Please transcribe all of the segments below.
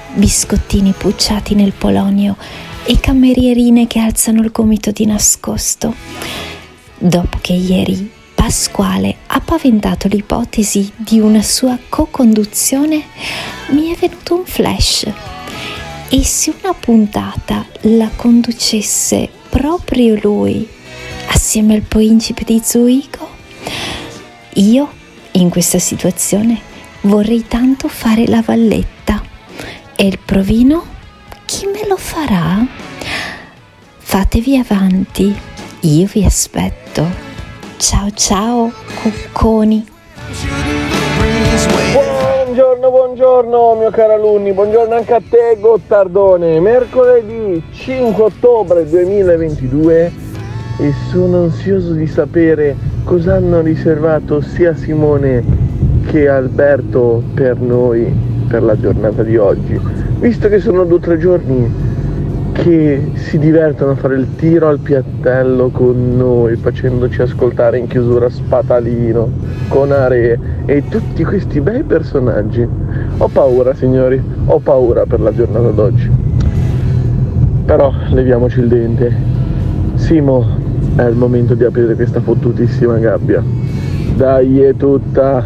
biscottini pucciati nel polonio e cammerierine che alzano il gomito di nascosto. Dopo che ieri Pasquale ha paventato l'ipotesi di una sua co-conduzione, mi è venuto un flash. E se una puntata la conducesse proprio lui, assieme al principe di Zurigo? Io, in questa situazione, vorrei tanto fare la valletta. E il provino? Chi me lo farà? Fatevi avanti, io vi aspetto. Ciao ciao, cucconi. Buongiorno mio caro alunni, buongiorno anche a te Gottardone. Mercoledì 5 ottobre 2022 e sono ansioso di sapere cosa hanno riservato sia Simone che Alberto per noi per la giornata di oggi, visto che sono 2 o 3 giorni che si divertono a fare il tiro al piattello con noi, facendoci ascoltare in chiusura Spatalino, Conare e tutti questi bei personaggi. Ho paura, signori, ho paura per la giornata d'oggi. Però leviamoci il dente. Simo, è il momento di aprire questa fottutissima gabbia. Dai, è tutta.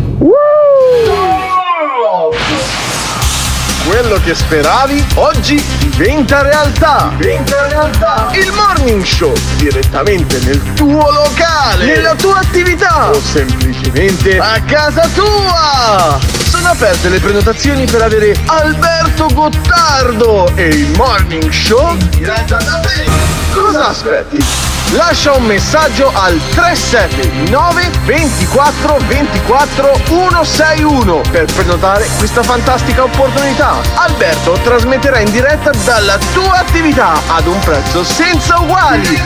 Quello che speravi oggi diventa realtà. Il Morning Show direttamente nel tuo locale, nella tua attività o semplicemente a casa tua. Sono aperte le prenotazioni per avere Alberto Gottardo e il Morning Show in diretta da te. Cosa aspetti? Lascia un messaggio al 379 24 24 161 per prenotare questa fantastica opportunità. Alberto trasmetterà in diretta dalla tua attività ad un prezzo senza uguali.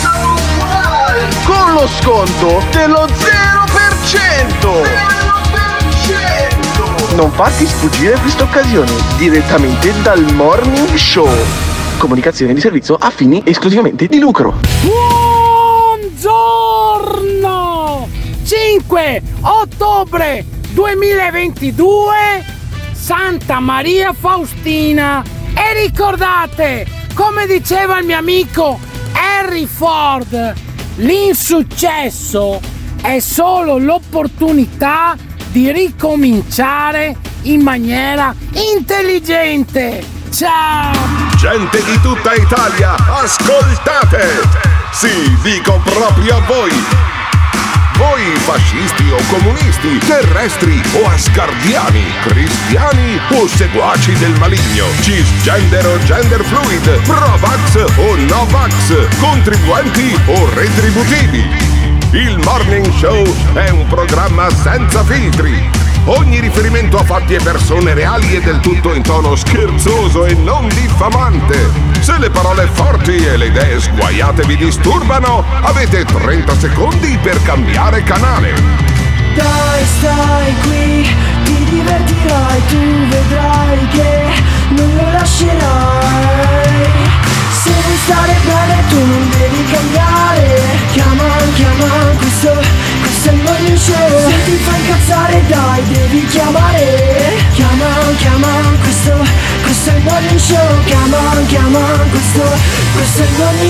Con lo sconto dello 0%. Non farti sfuggire questa occasione direttamente dal Morning Show. Comunicazione di servizio a fini esclusivamente di lucro. Buongiorno! 5 ottobre 2022, Santa Maria Faustina. E ricordate, come diceva il mio amico Henry Ford, l'insuccesso è solo l'opportunità di ricominciare in maniera intelligente. Ciao! Gente di tutta Italia, ascoltate! Sì, dico proprio a voi! Voi fascisti o comunisti, terrestri o asgardiani, cristiani o seguaci del maligno, cisgender o gender fluid, pro-vax o no-vax, contribuenti o retributivi. Il Morning Show è un programma senza filtri. Ogni riferimento a fatti e persone reali è del tutto in tono scherzoso e non diffamante. Se le parole forti e le idee sguaiate vi disturbano, avete 30 secondi per cambiare canale. Dai, stai qui, ti divertirai, tu vedrai che non lo lascerai. Se vuoi stare bene tu non devi cambiare. Chiama, questo è il Morning Show. Se ti fa incazzare dai, devi chiamare. Chiama, questo è il Morning Show. Chiama, questo è il Morning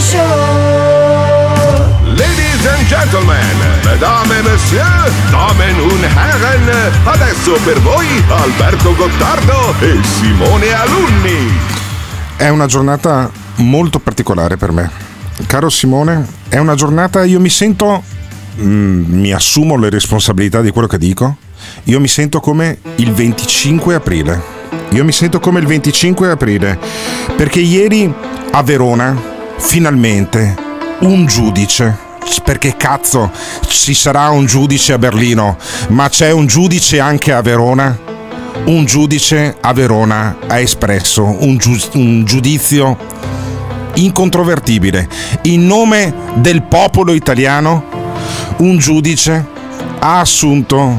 Show. Ladies and gentlemen, mesdames et messieurs, damen und herren, adesso per voi Alberto Gottardo e Simone Alunni. È una giornata molto particolare per me. Caro Simone, è una giornata, io mi sento, mi assumo le responsabilità di quello che dico, io mi sento come il 25 aprile. Io mi sento come il 25 aprile, perché ieri a Verona, finalmente, un giudice, perché cazzo ci sarà un giudice a Berlino, ma c'è un giudice anche a Verona. Un giudice a Verona ha espresso un giudizio incontrovertibile. In nome del popolo italiano, un giudice ha assunto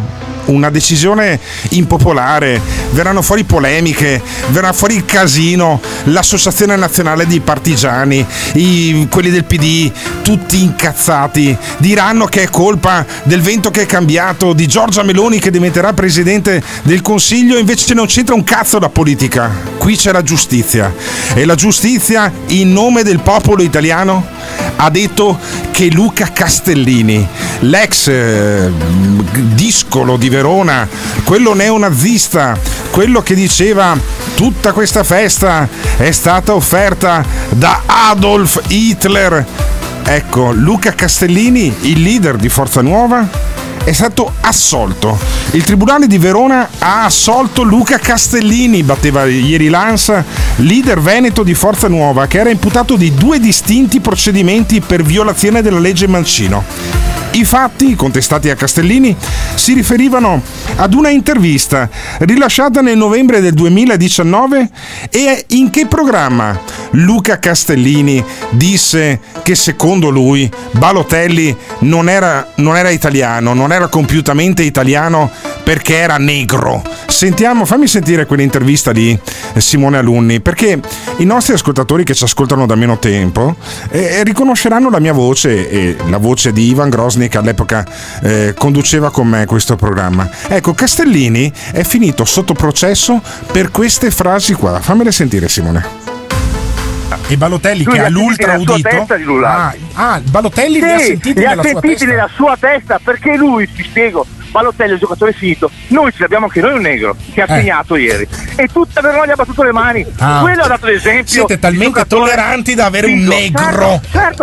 una decisione impopolare, verranno fuori polemiche, verrà fuori il casino, l'associazione nazionale dei partigiani, quelli del PD, tutti incazzati, diranno che è colpa del vento che è cambiato, di Giorgia Meloni che diventerà presidente del Consiglio, invece non c'entra un cazzo la politica, qui c'è la giustizia, e la giustizia in nome del popolo italiano ha detto che Luca Castellini, l'ex discolo di Verona, quello neonazista, quello che diceva tutta questa festa è stata offerta da Adolf Hitler, ecco, Luca Castellini, il leader di Forza Nuova, è stato assolto. Il Tribunale di Verona ha assolto Luca Castellini, batteva ieri l'ANSA, leader veneto di Forza Nuova, che era imputato di 2 distinti procedimenti per violazione della legge Mancino. I fatti contestati a Castellini si riferivano ad una intervista rilasciata nel novembre del 2019 e in che programma Luca Castellini disse che secondo lui Balotelli non era italiano, non era compiutamente italiano perché era negro. Sentiamo, fammi sentire quell'intervista lì, Simone Alunni, perché i nostri ascoltatori che ci ascoltano da meno tempo riconosceranno la mia voce e la voce di Ivan Grosny, che all'epoca conduceva con me questo programma. Ecco, Castellini è finito sotto processo per queste frasi qua. Fammele sentire, Simone. E Balotelli che ha l'ultra udito. Balotelli li ha sentiti nella sua testa, perché lui, ti spiego, Balotelli è un giocatore finito, noi ce l'abbiamo anche noi un negro che ha segnato ieri e tutta Verona gli ha battuto le mani, quello ha dato l'esempio. Siete talmente tolleranti da avere un negro,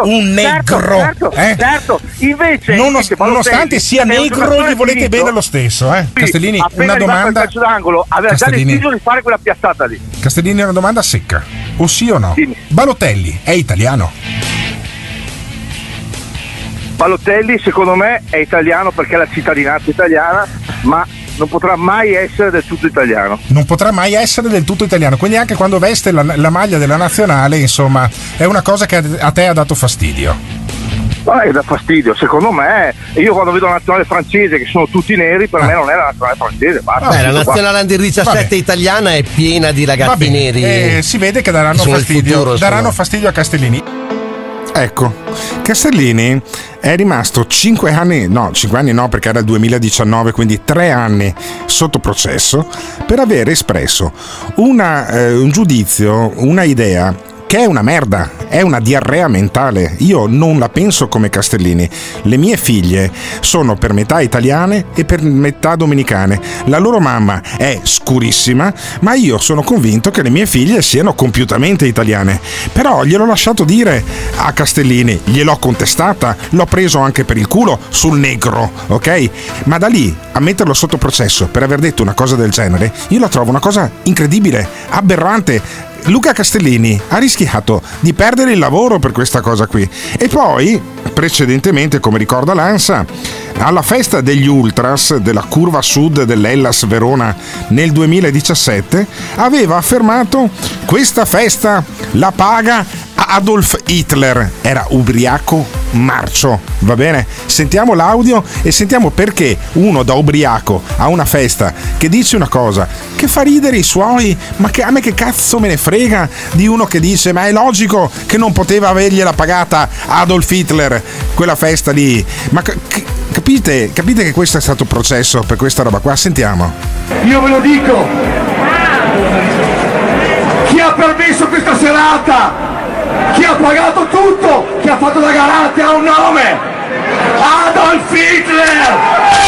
certo. Invece nonostante sia negro gli volete bene lo stesso, Castellini, una domanda, calcio d'angolo aveva già deciso di fare quella piazzata lì. Castellini, una domanda secca, o sì o no? Dimmi. Balotelli è italiano? Balotelli secondo me è italiano perché ha la cittadinanza italiana, ma non potrà mai essere del tutto italiano. Non potrà mai essere del tutto italiano, quindi anche quando veste la maglia della nazionale, insomma, è una cosa che a te ha dato fastidio. Dà fastidio, secondo me. Io quando vedo la nazionale francese che sono tutti neri, per me non è la nazionale francese, basta. La nazionale under 17 italiana è piena di ragazzi neri. Si vede che daranno fastidio a Castellini. Ecco, Castellini è rimasto 5 anni no, perché era il 2019, quindi 3 anni sotto processo per aver espresso un giudizio, una idea che è una merda, è una diarrea mentale. Io non la penso come Castellini. Le mie figlie sono per metà italiane e per metà dominicane. La loro mamma è scurissima, ma io sono convinto che le mie figlie siano compiutamente italiane. Però gliel'ho lasciato dire a Castellini, gliel'ho contestata, l'ho preso anche per il culo sul negro, ok? Ma da lì a metterlo sotto processo per aver detto una cosa del genere, io la trovo una cosa incredibile, aberrante. Luca Castellini ha rischiato di perdere il lavoro per questa cosa qui. E poi, precedentemente, come ricorda l'ANSA, alla festa degli Ultras della curva sud dell'Hellas Verona nel 2017 aveva affermato: questa festa la paga Adolf Hitler. Era ubriaco marcio, va bene? Sentiamo l'audio e sentiamo perché uno da ubriaco a una festa che dice una cosa che fa ridere i suoi, ma che a me che cazzo me ne frega di uno che dice ma è logico che non poteva avergliela pagata Adolf Hitler quella festa lì. Ma capite che questo è stato processo per questa roba qua? Sentiamo. Io ve lo dico, chi ha permesso questa serata, chi ha pagato tutto, chi ha fatto da garante ha un nome: Adolf Hitler!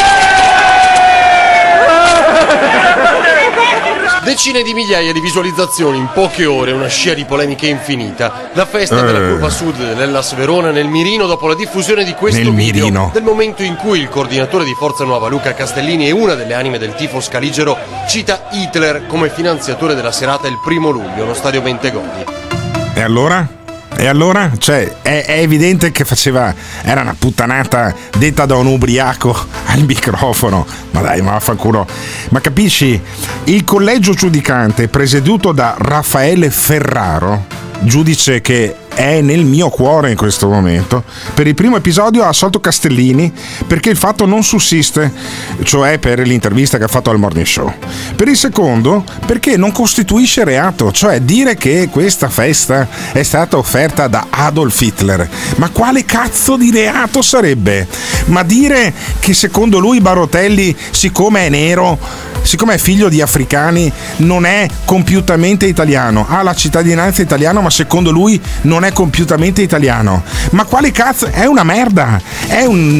Decine di migliaia di visualizzazioni in poche ore, una scia di polemiche infinita. La festa della curva sud dell'Hellas Verona nel mirino dopo la diffusione di questo video del momento in cui il coordinatore di Forza Nuova Luca Castellini e una delle anime del tifo scaligero cita Hitler come finanziatore della serata il 1° luglio allo stadio Bentegodi. E allora? Cioè, è evidente che era una puttanata detta da un ubriaco al microfono. Ma dai, ma vaffanculo. Ma capisci? Il collegio giudicante presieduto da Raffaele Ferraro giudice che è nel mio cuore in questo momento. Per il primo episodio ha assolto Castellini perché il fatto non sussiste, cioè per l'intervista che ha fatto al Morning Show. Per il secondo, perché non costituisce reato, cioè dire che questa festa è stata offerta da Adolf Hitler. Ma quale cazzo di reato sarebbe? Ma dire che secondo lui Barotelli, siccome è nero, siccome è figlio di africani, non è compiutamente italiano, ha la cittadinanza italiana, ma secondo lui non è compiutamente italiano. Ma quale cazzo? È una merda, è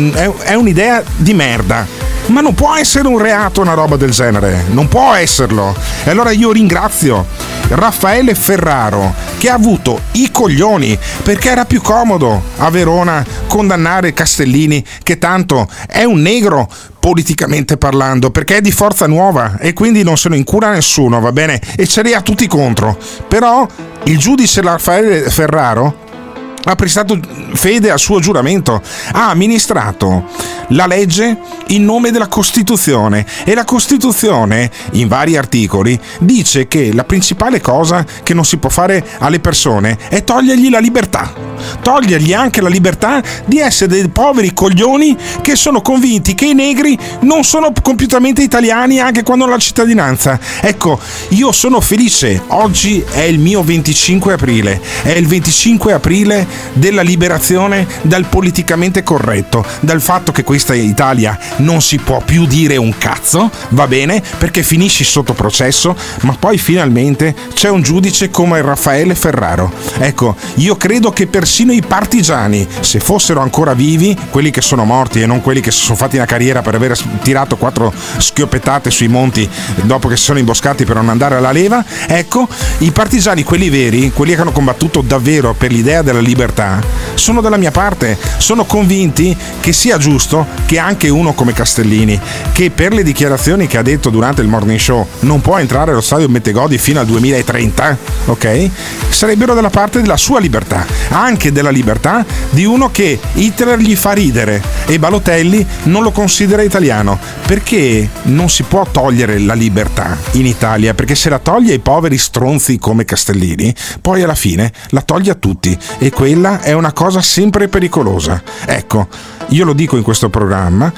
un'idea di merda. Ma non può essere un reato una roba del genere, non può esserlo. E allora io ringrazio Raffaele Ferraro che ha avuto i coglioni, perché era più comodo a Verona condannare Castellini, che tanto è un negro politicamente parlando, perché è di Forza Nuova e quindi non se ne incura nessuno, va bene? E ce li ha tutti contro. Però il giudice Raffaele Ferraro ha prestato fede al suo giuramento, ha amministrato la legge in nome della Costituzione, e la Costituzione in vari articoli dice che la principale cosa che non si può fare alle persone è togliergli la libertà, togliergli anche la libertà di essere dei poveri coglioni che sono convinti che i negri non sono compiutamente italiani anche quando hanno la cittadinanza. Ecco, io sono felice, oggi è il mio 25 aprile, è il 25 aprile della liberazione dal politicamente corretto, dal fatto che questa Italia non si può più dire un cazzo, va bene, perché finisci sotto processo, ma poi finalmente c'è un giudice come Raffaele Ferraro. Ecco, io credo che persino i partigiani, se fossero ancora vivi, quelli che sono morti e non quelli che si sono fatti una carriera per aver tirato 4 schioppettate sui monti dopo che si sono imboscati per non andare alla leva, ecco, i partigiani, quelli veri, quelli che hanno combattuto davvero per l'idea della libertà, sono dalla mia parte, sono convinti che sia giusto che anche uno come Castellini, che per le dichiarazioni che ha detto durante il Morning Show non può entrare allo stadio Mettegodi fino al 2030, ok? Sarebbero dalla parte della sua libertà, anche della libertà di uno che Hitler gli fa ridere e Balotelli non lo considera italiano. Perché non si può togliere la libertà in Italia? Perché se la toglie ai poveri stronzi come Castellini, poi alla fine la toglie a tutti, e quella è una cosa sempre pericolosa. Ecco, io lo dico in questo programma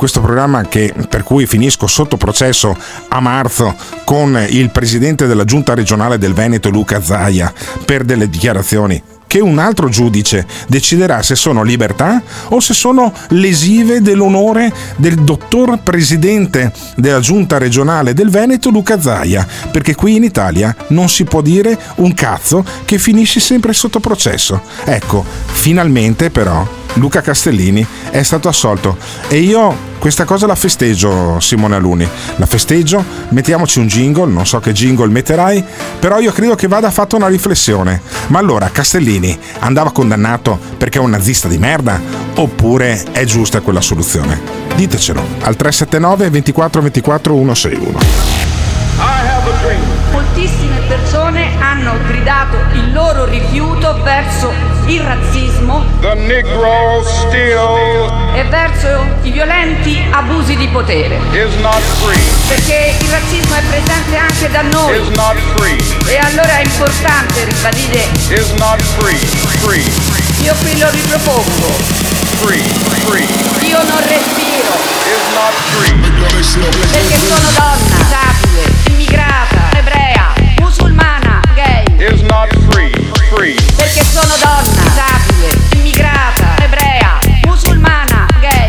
che per cui finisco sotto processo a marzo con il presidente della giunta regionale del Veneto, Luca Zaia, per delle dichiarazioni che un altro giudice deciderà se sono libertà o se sono lesive dell'onore del dottor presidente della giunta regionale del Veneto, Luca Zaia, perché qui in Italia non si può dire un cazzo, che finisci sempre sotto processo. Ecco, finalmente però Luca Castellini è stato assolto, e io questa cosa la festeggio, Simone Alunni, la festeggio. Mettiamoci un jingle, non so che jingle metterai, però io credo che vada fatta una riflessione. Ma allora Castellini andava condannato perché è un nazista di merda, oppure è giusta quella soluzione? Ditecelo al 379 24 24 161. Moltissime persone hanno gridato il loro rifiuto verso il razzismo e verso i violenti abusi di potere. Perché il razzismo è presente anche da noi. E allora è importante ribadire. Io qui lo ripropongo. Io non respiro. Perché sono donna, disabile, immigrata, ebrea, musulmana, gay. Perché sono donna, disabile, immigrata, ebrea, musulmana, gay.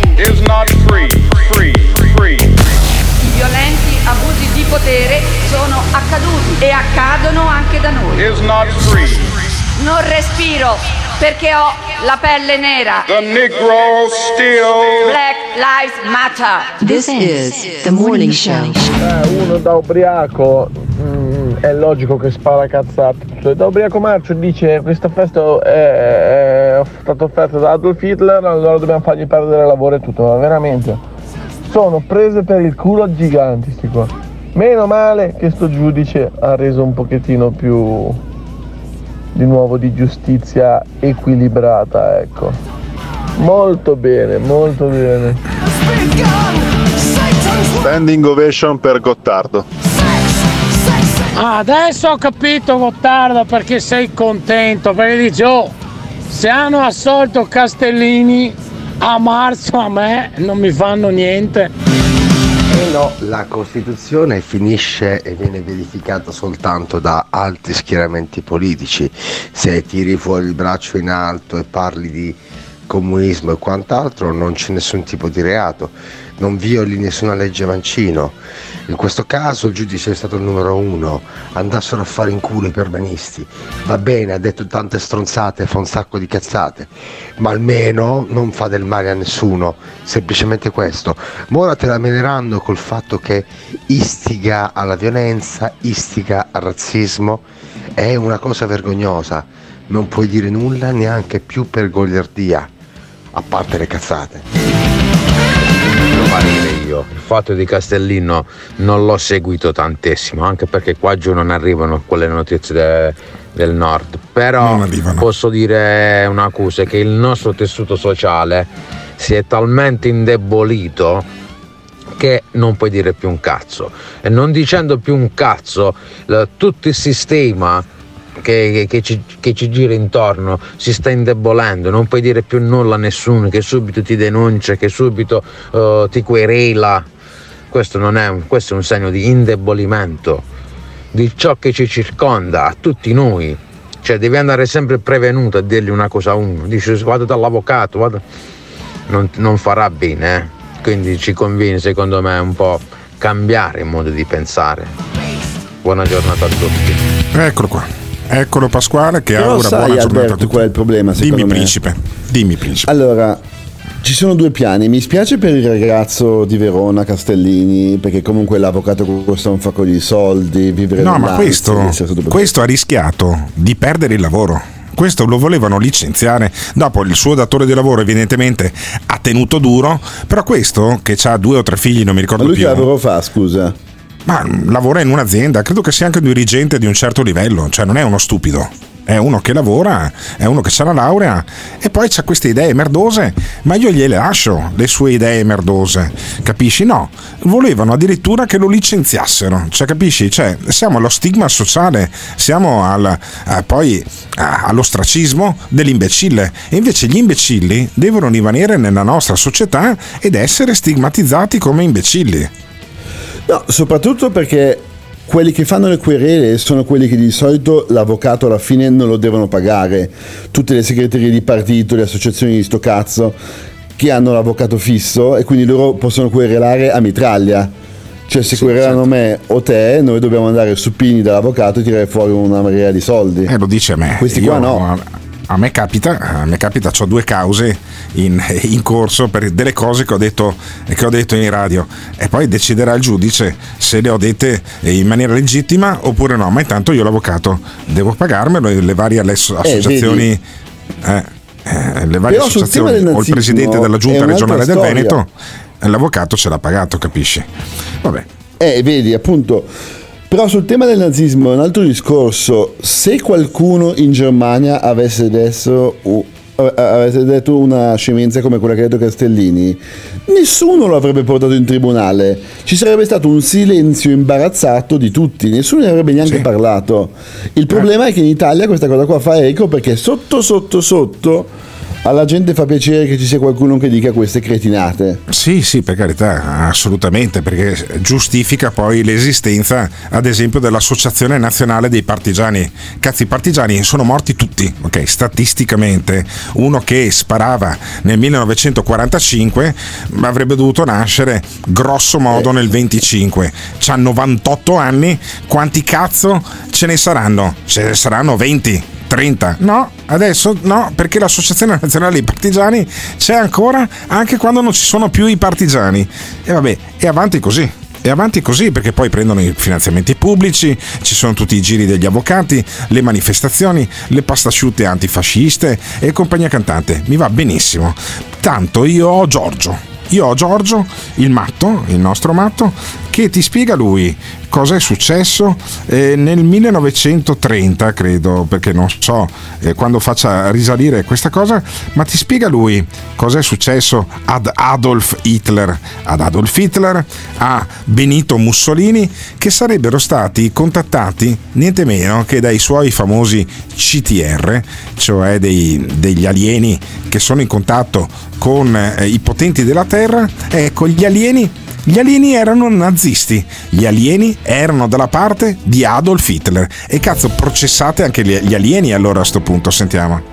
I violenti abusi di potere sono accaduti e accadono anche da noi. Non respiro perché ho la pelle nera. The Negro still. Black Lives Matter. This is the morning show. Uno da ubriaco è logico che spara cazzate. Da ubriaco marcio dice: questa festa è stata offerta da Adolf Hitler, allora dobbiamo fargli perdere lavoro e tutto. Ma veramente sono prese per il culo giganti sti qua. Meno male che sto giudice ha reso un pochettino più di nuovo di giustizia equilibrata, ecco. Molto bene, molto bene. Standing ovation per Gottardo. Adesso ho capito, Gottardo, perché sei contento, perché dici, se hanno assolto Castellini a marzo a me non mi fanno niente. No, la Costituzione finisce e viene verificata soltanto da altri schieramenti politici. Se tiri fuori il braccio in alto e parli di comunismo e quant'altro, non c'è nessun tipo di reato, non violi nessuna legge Mancino. In questo caso il giudice è stato il numero 1, andassero a fare in culo i perbanisti. Va bene, ha detto tante stronzate, fa un sacco di cazzate, ma almeno non fa del male a nessuno, semplicemente questo. Ma ora te la meneranno col fatto che istiga alla violenza, istiga al razzismo, è una cosa vergognosa, non puoi dire nulla neanche più per goliardia, a parte le cazzate. Io il fatto di Castellino non l'ho seguito tantissimo, anche perché qua giù non arrivano quelle notizie del nord, però posso dire una cosa, che il nostro tessuto sociale si è talmente indebolito che non puoi dire più un cazzo, e non dicendo più un cazzo tutto il sistema che ci gira intorno si sta indebolendo, non puoi dire più nulla a nessuno, che subito ti denuncia, che subito ti querela. Questo è un segno di indebolimento di ciò che ci circonda, a tutti noi. Cioè devi andare sempre prevenuto a dirgli una cosa a uno, dici vado dall'avvocato, non farà bene, quindi ci conviene secondo me un po' cambiare il modo di pensare. Buona giornata a tutti. Eccolo qua. Eccolo Pasquale che però augura buona giornata Alberto, a tutti. qual è il problema secondo me? Dimmi principe. Allora, ci sono due piani. Mi spiace per il ragazzo di Verona, Castellini, perché comunque l'avvocato costa un sacco di soldi, vivere no, ma questo ha rischiato di perdere il lavoro. Questo lo volevano licenziare, dopo il suo datore di lavoro evidentemente ha tenuto duro, però questo che ha 2 o 3 figli, non mi ricordo più. Ma lui che lavoro fa, scusa? Ma lavora in un'azienda, credo che sia anche un dirigente di un certo livello, cioè non è uno stupido, è uno che lavora, è uno che ha la laurea e poi c'ha queste idee merdose, ma io gliele lascio le sue idee merdose, capisci? No, volevano addirittura che lo licenziassero, cioè capisci? Cioè siamo allo stigma sociale, siamo all'ostracismo dell'imbecille, e invece gli imbecilli devono rimanere nella nostra società ed essere stigmatizzati come imbecilli. No, soprattutto perché quelli che fanno le querele sono quelli che di solito l'avvocato alla fine non lo devono pagare. Tutte le segreterie di partito, le associazioni di sto cazzo che hanno l'avvocato fisso, e quindi loro possono querelare a mitraglia. Cioè se querelano me o te, noi dobbiamo andare suppini dall'avvocato e tirare fuori una marea di soldi. Lo dice a me. Questi qua no. A me capita, ho 2 cause in corso per delle cose che ho detto in radio, e poi deciderà il giudice se le ho dette in maniera legittima oppure no, ma intanto io l'avvocato devo pagarmelo, e le varie associazioni le varie associazioni o il presidente della giunta regionale del Veneto, l'avvocato ce l'ha pagato, capisci? Vabbè. Vedi, appunto. Però sul tema del nazismo è un altro discorso. Se qualcuno in Germania avesse detto una scemenza come quella che ha detto Castellini, nessuno lo avrebbe portato in tribunale. Ci sarebbe stato un silenzio imbarazzato di tutti, nessuno ne avrebbe neanche parlato. Il problema è che in Italia questa cosa qua fa eco, perché sotto alla gente fa piacere che ci sia qualcuno che dica queste cretinate. Sì, per carità, assolutamente, perché giustifica poi l'esistenza, ad esempio, dell'Associazione Nazionale dei Partigiani. Cazzo, i partigiani sono morti tutti, ok? Statisticamente, uno che sparava nel 1945 avrebbe dovuto nascere grosso modo nel 25. C'ha 98 anni, quanti cazzo ce ne saranno? Ce ne saranno 20. 30. No, adesso no, perché l'Associazione Nazionale dei Partigiani c'è ancora anche quando non ci sono più i partigiani. E vabbè, è avanti così. E avanti così, perché poi prendono i finanziamenti pubblici, ci sono tutti i giri degli avvocati, le manifestazioni, le pastasciutte antifasciste e compagnia cantante. Mi va benissimo. Tanto io ho Giorgio, il matto, il nostro matto, che ti spiega lui cosa è successo nel 1930, credo, perché non so quando faccia risalire questa cosa, ma ti spiega lui cosa è successo ad Adolf Hitler, a Benito Mussolini, che sarebbero stati contattati niente meno che dai suoi famosi CTR, cioè degli alieni che sono in contatto con i potenti della Terra. Ecco, gli alieni erano nazisti, gli alieni erano dalla parte di Adolf Hitler. E cazzo, processate anche gli alieni allora a sto punto, sentiamo.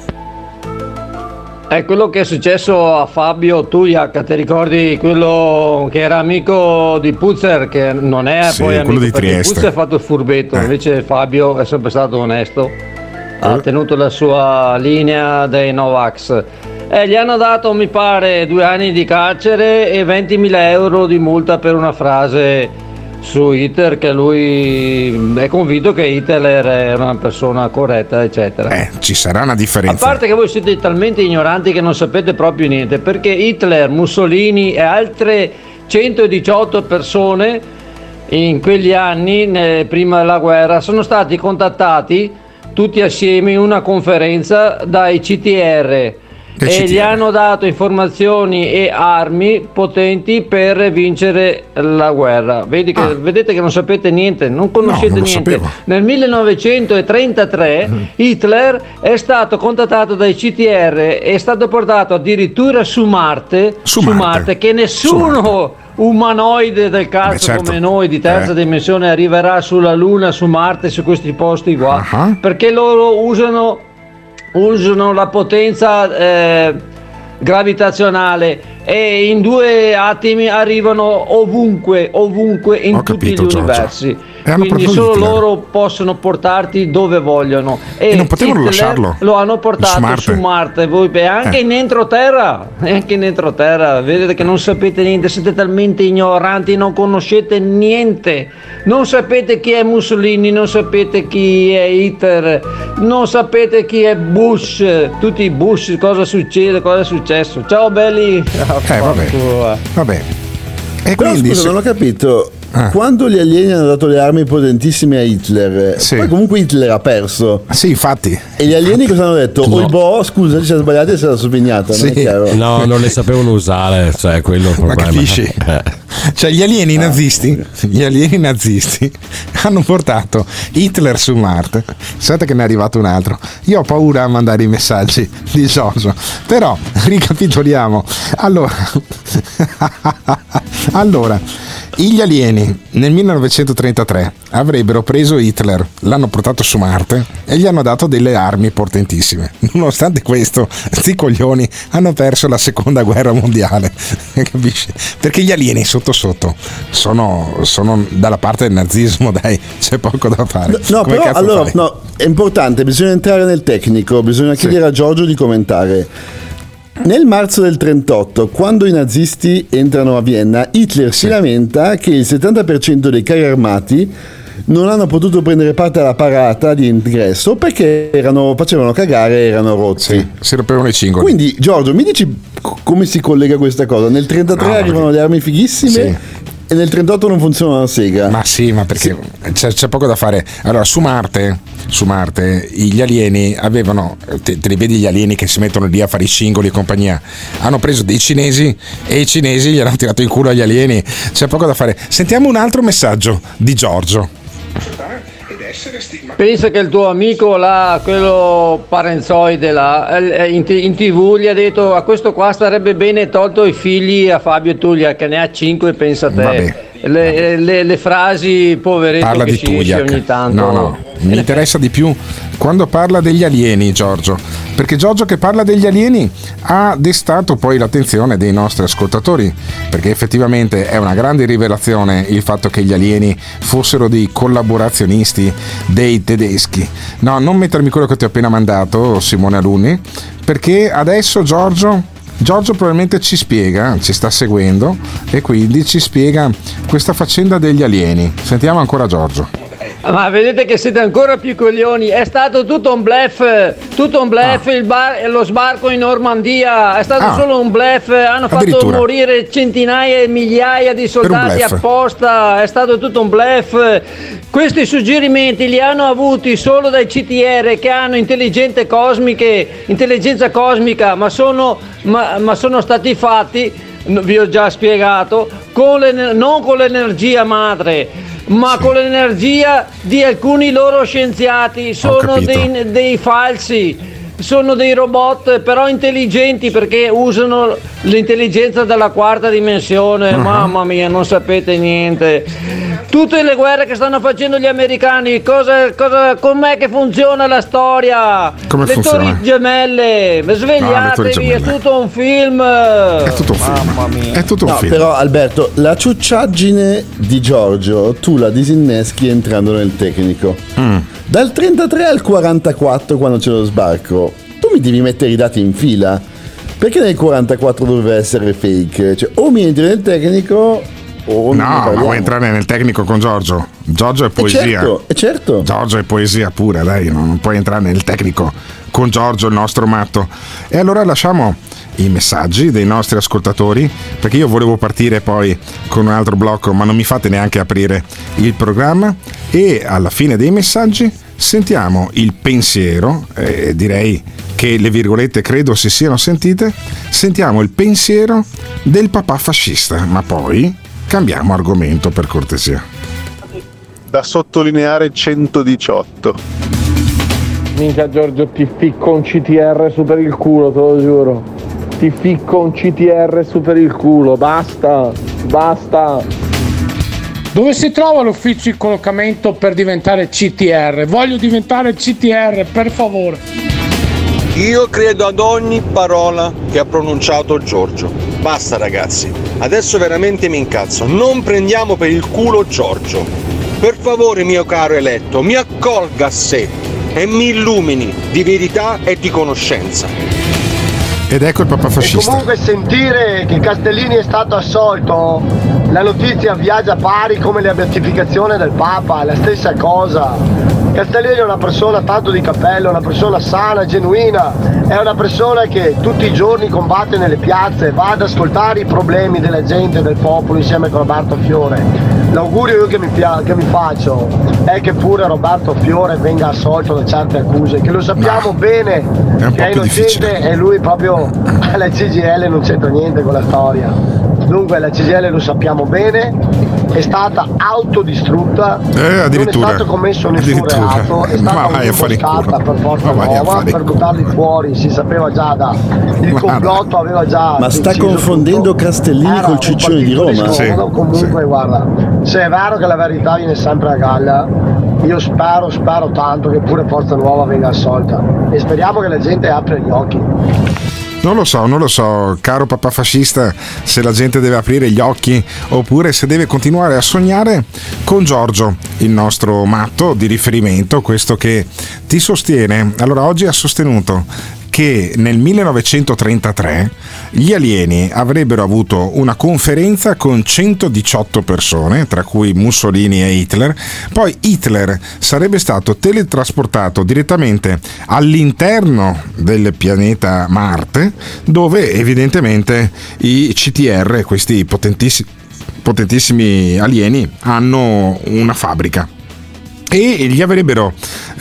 È quello che è successo a Fabio Tugliak, ti ricordi quello che era amico di Puzzer, che non è sì, poi amico di Trieste. Puzzer ha fatto il furbetto, invece Fabio è sempre stato onesto, ha tenuto la sua linea dei Novax. Gli hanno dato, mi pare, 2 anni di carcere e 20.000 euro di multa per una frase su Hitler, che lui è convinto che Hitler era una persona corretta, eccetera. Ci sarà una differenza. A parte che voi siete talmente ignoranti che non sapete proprio niente, perché Hitler, Mussolini e altre 118 persone in quegli anni, prima della guerra, sono stati contattati tutti assieme in una conferenza dai CTR. E gli hanno dato informazioni e armi potenti per vincere la guerra. Vedete che non sapete niente, non conoscete niente. Nel 1933 Hitler è stato contattato dai CTR, è stato portato addirittura su Marte, che nessuno umanoide del cazzo come noi di terza dimensione arriverà sulla Luna, su Marte, su questi posti qua, perché loro usano la potenza gravitazionale e in 2 attimi arrivano ovunque in tutti gli universi. Quindi solo loro possono portarti dove vogliono, e non potevano lasciarlo. Lo hanno portato su Marte. Voi anche in entroterra, vedete che non sapete niente, siete talmente ignoranti, non conoscete niente, non sapete chi è Mussolini, non sapete chi è Hitler, non sapete chi è Bush, tutti i Bush, cosa succede, cosa è successo. Ciao belli. Vabbè. E però quindi scusa, non ho capito. Quando gli alieni hanno dato le armi potentissime a Hitler, poi comunque Hitler ha perso. Sì, infatti. E gli alieni cosa hanno detto? No. Scusa, ci siamo sbagliati e si era sovvignata. Sì. No, non le sapevano usare, cioè quello è il problema. Ma capisci? Cioè gli alieni nazisti hanno portato Hitler su Marte. Sapete che ne è arrivato un altro. Io ho paura a mandare i messaggi di Giorgio, però ricapitoliamo. Allora, gli alieni nel 1933 avrebbero preso Hitler, l'hanno portato su Marte e gli hanno dato delle armi potentissime. Nonostante questo, sti coglioni hanno perso la seconda guerra mondiale. Capisci? Perché gli alieni sotto sono dalla parte del nazismo, dai, c'è poco da fare. No, però allora è importante, bisogna entrare nel tecnico, bisogna chiedere a Giorgio di commentare. Nel marzo del 38, quando i nazisti entrano a Vienna, Hitler si lamenta che il 70% dei carri armati non hanno potuto prendere parte alla parata di ingresso perché facevano cagare, erano rotti. Si rompevano i cingoli. Quindi Giorgio, mi dici come si collega questa cosa? Nel 33 arrivano le armi fighissime e nel 38 non funziona una sega. Ma sì, ma perché c'è poco da fare. Allora, su Marte gli alieni avevano, te li vedi gli alieni che si mettono lì a fare i singoli e compagnia, hanno preso dei cinesi e i cinesi gli hanno tirato il culo agli alieni. C'è poco da fare. Sentiamo un altro messaggio di Giorgio. Pensa che il tuo amico là, quello parenzoide là, in TV gli ha detto: a questo qua starebbe bene tolto i figli a Fabio Tugliak, che ne ha 5, pensa a te. Vabbè. Le frasi poveretto parla che di Tugliak ogni tanto. No, mi interessa di più quando parla degli alieni, Giorgio, perché Giorgio che parla degli alieni ha destato poi l'attenzione dei nostri ascoltatori, perché effettivamente è una grande rivelazione il fatto che gli alieni fossero dei collaborazionisti dei tedeschi. No, non mettermi quello che ti ho appena mandato, Simone Alunni, perché adesso Giorgio probabilmente ci sta seguendo e quindi ci spiega questa faccenda degli alieni. Sentiamo ancora Giorgio. Ma vedete che siete ancora più coglioni, è stato tutto un bluff, lo sbarco in Normandia, è stato solo un bluff, hanno fatto morire centinaia e migliaia di soldati apposta, è stato tutto un bluff. Questi suggerimenti li hanno avuti solo dai CTR che hanno intelligenza cosmica, ma sono stati fatti, vi ho già spiegato, non con l'energia madre, ma con l'energia di alcuni loro scienziati. Sono dei falsi, sono dei robot però intelligenti, perché usano l'intelligenza della quarta dimensione. Mamma mia, non sapete niente. Tutte le guerre che stanno facendo gli americani, com'è che funziona la storia? Le torri gemelle, svegliatevi, è tutto un film. È tutto un film. Mamma mia. È tutto un film. Però Alberto, la ciucciaggine di Giorgio tu la disinneschi entrando nel tecnico. Dal 33 al 44, quando c'è lo sbarco, tu mi devi mettere i dati in fila. Perché nel 44 doveva essere fake? Cioè, o mi entri nel tecnico o ma vuoi entrare nel tecnico con Giorgio? Giorgio è poesia. Certo. Giorgio è poesia pura, dai, non puoi entrare nel tecnico con Giorgio, il nostro matto. E allora lasciamo i messaggi dei nostri ascoltatori, perché io volevo partire poi con un altro blocco, ma non mi fate neanche aprire il programma, e alla fine dei messaggi sentiamo il pensiero, direi che le virgolette credo si siano sentite, sentiamo il pensiero del papà fascista, ma poi cambiamo argomento per cortesia. Da sottolineare 118. Minchia Giorgio, ti ficco un CTR su per il culo, te lo giuro. Ti ficco un CTR su per il culo, basta. Dove si trova l'ufficio di collocamento per diventare CTR? Voglio diventare CTR, per favore. Io credo ad ogni parola che ha pronunciato Giorgio. Basta ragazzi, adesso veramente mi incazzo. Non prendiamo per il culo Giorgio. Per favore, mio caro eletto, mi accolga a sé e mi illumini di verità e di conoscenza. Ed ecco il papà fascista. E comunque sentire che Castellini è stato assolto, la notizia viaggia pari come la beatificazione del Papa, è la stessa cosa. Castellini è una persona tanto di cappello, una persona sana, genuina, è una persona che tutti i giorni combatte nelle piazze, va ad ascoltare i problemi della gente, del popolo, insieme con Roberto Fiore. L'augurio che mi faccio è che pure Roberto Fiore venga assolto da certe accuse, che lo sappiamo bene che è innocente e lui proprio alla CGIL non c'entra niente con la storia. Dunque la CGIL lo sappiamo bene, è stata autodistrutta, non è stato commesso nessun reato, è stata un'imboscata per Forza Nuova per buttarli fuori, si sapeva già il complotto aveva già. Ma sta confondendo Castellini col Ciccione di Roma? Sì, comunque guarda, se è vero che la verità viene sempre a galla, io spero tanto che pure Forza Nuova venga assolta e speriamo che la gente apra gli occhi. Non lo so, caro papà fascista, se la gente deve aprire gli occhi oppure se deve continuare a sognare con Giorgio, il nostro matto di riferimento, questo che ti sostiene. Allora, oggi ha sostenuto che nel 1933 gli alieni avrebbero avuto una conferenza con 118 persone, tra cui Mussolini e Hitler. Poi Hitler sarebbe stato teletrasportato direttamente all'interno del pianeta Marte, dove evidentemente i CTR, questi potentissimi alieni, hanno una fabbrica. E gli avrebbero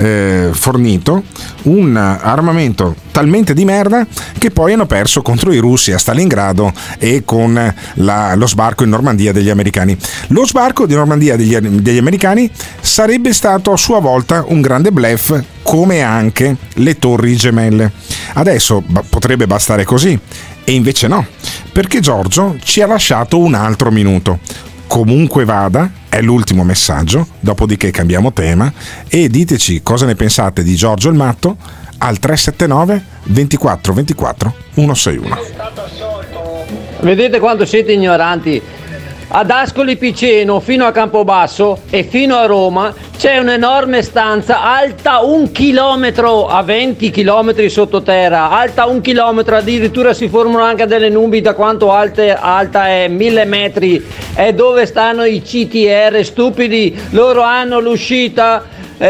fornito un armamento talmente di merda che poi hanno perso contro i russi a Stalingrado e con lo sbarco in Normandia degli americani. Lo sbarco di Normandia degli americani sarebbe stato a sua volta un grande bluff, come anche le torri gemelle. Adesso potrebbe bastare così, e invece no, perché Giorgio ci ha lasciato un altro minuto. Comunque vada, è l'ultimo messaggio, dopodiché cambiamo tema e diteci cosa ne pensate di Giorgio il Matto al 379 24 24 161. Vedete quanto siete ignoranti? ad Ascoli Piceno fino a Campobasso e fino a Roma c'è un'enorme stanza alta 1 chilometro a 20 chilometri sottoterra, alta 1 chilometro, addirittura si formano anche delle nubi da quanto alta è, 1000 metri, è dove stanno i CTR stupidi, loro hanno l'uscita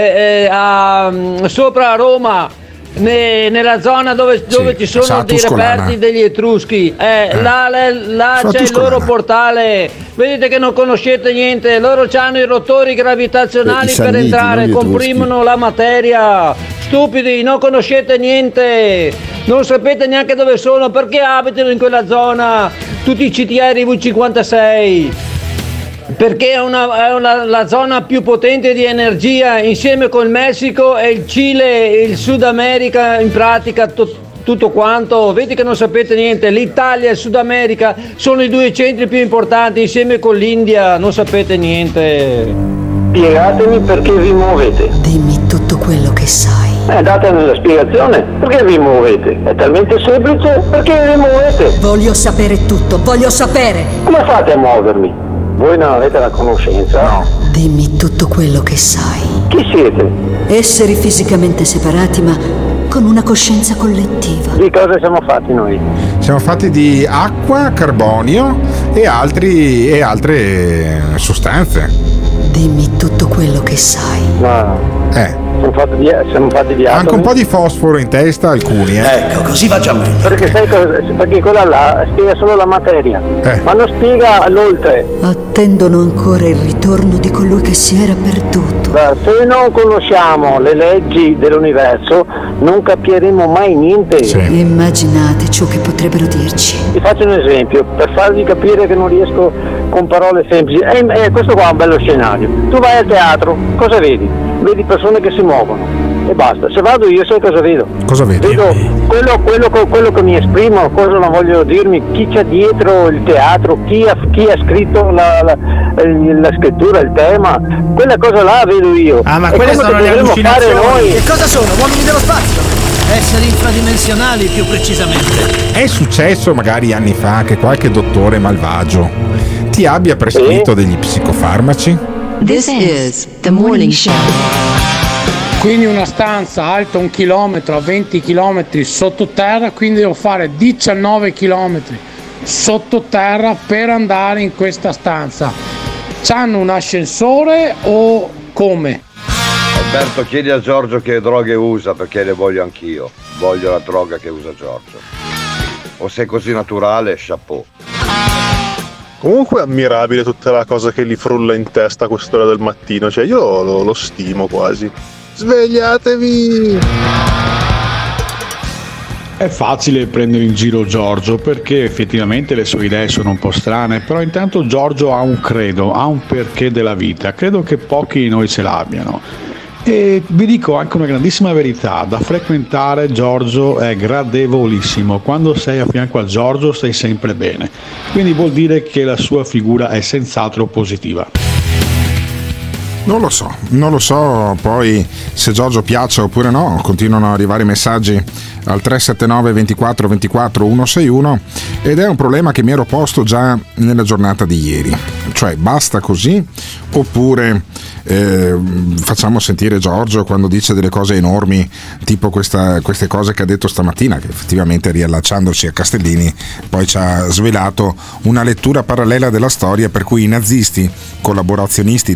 sopra Roma. Nella zona dove ci sono dei reperti degli Etruschi, là c'è il loro portale, vedete che non conoscete niente, loro hanno i rotori gravitazionali per entrare, comprimono la materia, stupidi, non conoscete niente, non sapete neanche dove sono, perché abitano in quella zona tutti i CTR V56. Perché è la zona più potente di energia, insieme col Messico e il Cile e il Sud America, in pratica tutto quanto. Vedi che non sapete niente, l'Italia e il Sud America sono i 2 centri più importanti, insieme con l'India, non sapete niente. Spiegatemi perché vi muovete. Dimmi tutto quello che sai. Datemi la spiegazione, perché vi muovete? È talmente semplice, perché vi muovete? Voglio sapere tutto, voglio sapere. Come fate a muovermi? Voi non avete la conoscenza? No. Dimmi tutto quello che sai. Chi siete? Esseri fisicamente separati ma con una coscienza collettiva. Di cosa siamo fatti noi? Siamo fatti di acqua, carbonio e altre sostanze. Dimmi tutto quello che sai. No. Siamo fatti di atomi. Anche un po' di fosforo in testa alcuni. Ecco, così va già meglio. Perché quella là spiega solo la materia, ma non spiega l'oltre. Attendono ancora il ritorno di colui che si era perduto. Se non conosciamo le leggi dell'universo non capiremo mai niente. Immaginate ciò che potrebbero dirci. Vi faccio un esempio per farvi capire che non riesco con parole semplici. Questo qua è un bello scenario. Tu vai al teatro, cosa vedi? Vedi persone che si muovono e basta. Se vado io, sai cosa vedo? Cosa vedi? Vedo quello che mi esprimo, cosa non voglio dirmi, chi c'è dietro il teatro, chi ha scritto la scrittura, il tema, quella cosa là vedo io. Ma quelle sono le allucinazioni. Noi. Che cosa sono? Uomini dello spazio? Esseri infradimensionali, più precisamente. È successo magari anni fa che qualche dottore malvagio ti abbia prescritto degli psicofarmaci? This is the morning show. Quindi una stanza alta 1 chilometro a 20 chilometri sottoterra, quindi devo fare 19 chilometri sottoterra per andare in questa stanza. C'hanno un ascensore o come? Alberto, chiedi a Giorgio che droghe usa, perché le voglio anch'io. Voglio la droga che usa Giorgio. O se è così naturale, chapeau. Comunque è ammirabile tutta la cosa che gli frulla in testa a quest'ora del mattino, cioè io lo stimo quasi. Svegliatevi! È facile prendere in giro Giorgio perché effettivamente le sue idee sono un po' strane, però intanto Giorgio ha un credo, ha un perché della vita, credo che pochi di noi ce l'abbiano. E vi dico anche una grandissima verità, da frequentare Giorgio è gradevolissimo, quando sei a fianco a Giorgio stai sempre bene, quindi vuol dire che la sua figura è senz'altro positiva. Non lo so poi se Giorgio piaccia oppure no, continuano ad arrivare messaggi al 379 24 24 161 ed è un problema che mi ero posto già nella giornata di ieri, cioè basta così oppure facciamo sentire Giorgio quando dice delle cose enormi tipo queste cose che ha detto stamattina, che effettivamente riallacciandoci a Castellini poi ci ha svelato una lettura parallela della storia per cui i nazisti collaborazionisti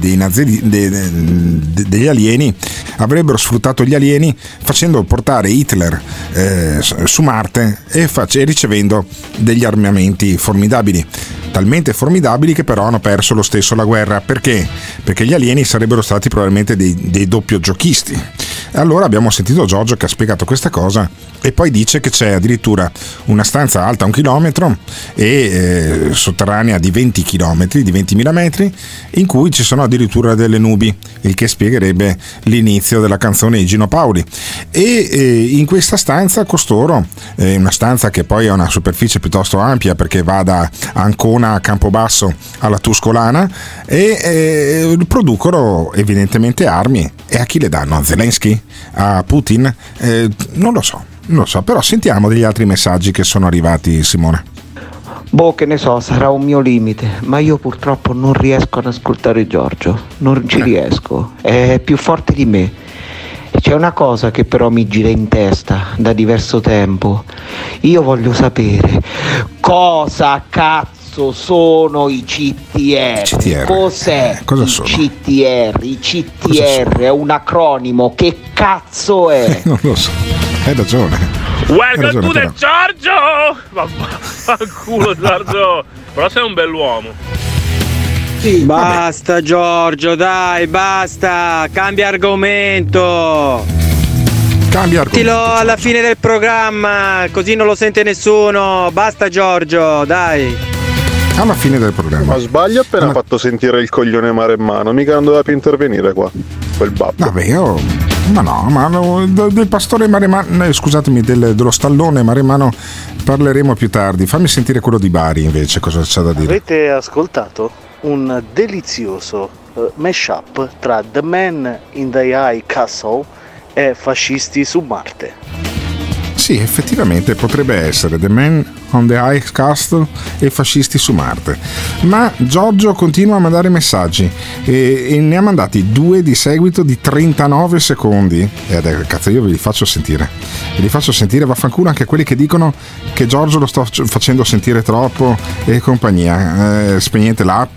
degli alieni avrebbero sfruttato gli alieni facendo portare Hitler su Marte e ricevendo degli armamenti formidabili, talmente formidabili che però hanno perso lo stesso la guerra. Perché? Perché gli alieni sarebbero stati probabilmente dei doppio giochisti. Allora abbiamo sentito Giorgio che ha spiegato questa cosa e poi dice che c'è addirittura una stanza alta 1 chilometro e sotterranea di 20 chilometri, di 20.000 metri, in cui ci sono addirittura delle nubi, il che spiegherebbe l'inizio della canzone di Gino Paoli. E in questa stanza costoro, una stanza che poi ha una superficie piuttosto ampia perché va da Ancona a Campobasso alla Tuscolana, e producono evidentemente armi. E a chi le danno? A Zelensky? A Putin? Non lo so, però sentiamo degli altri messaggi che sono arrivati, Simone. Boh, che ne so, sarà un mio limite, ma io purtroppo non riesco ad ascoltare Giorgio, non ci riesco, è più forte di me. C'è una cosa che però mi gira in testa da diverso tempo. Io voglio sapere cosa cazzo sono i CTR. Cos'è cosa sono? CTR? I CTR è un acronimo, che cazzo è? Non lo so, hai ragione. Welcome to the Giorgio! Vaffanculo Giorgio, però sei un bell'uomo. Sì, basta Giorgio, dai, basta, cambia argomento. Mettilo alla fine del programma, così non lo sente nessuno. Basta Giorgio, dai. Alla fine del programma. Ma sbaglio, appena fatto sentire il coglione maremmano, mica non doveva più intervenire qua. Quel babbo. Vabbè, del pastore maremmano, scusatemi, dello stallone maremmano parleremo più tardi. Fammi sentire quello di Bari invece, cosa c'è da dire. Avete ascoltato un delizioso mashup tra The Man in the High Castle e Fascisti su Marte? Sì, effettivamente potrebbe essere The Man on the High Castle e Fascisti su Marte. Ma Giorgio continua a mandare messaggi e ne ha mandati 2 di seguito di 39 secondi. Cazzo, io ve li faccio sentire. Vaffanculo anche quelli che dicono che Giorgio lo sto facendo sentire troppo e compagnia. Spegnete l'app,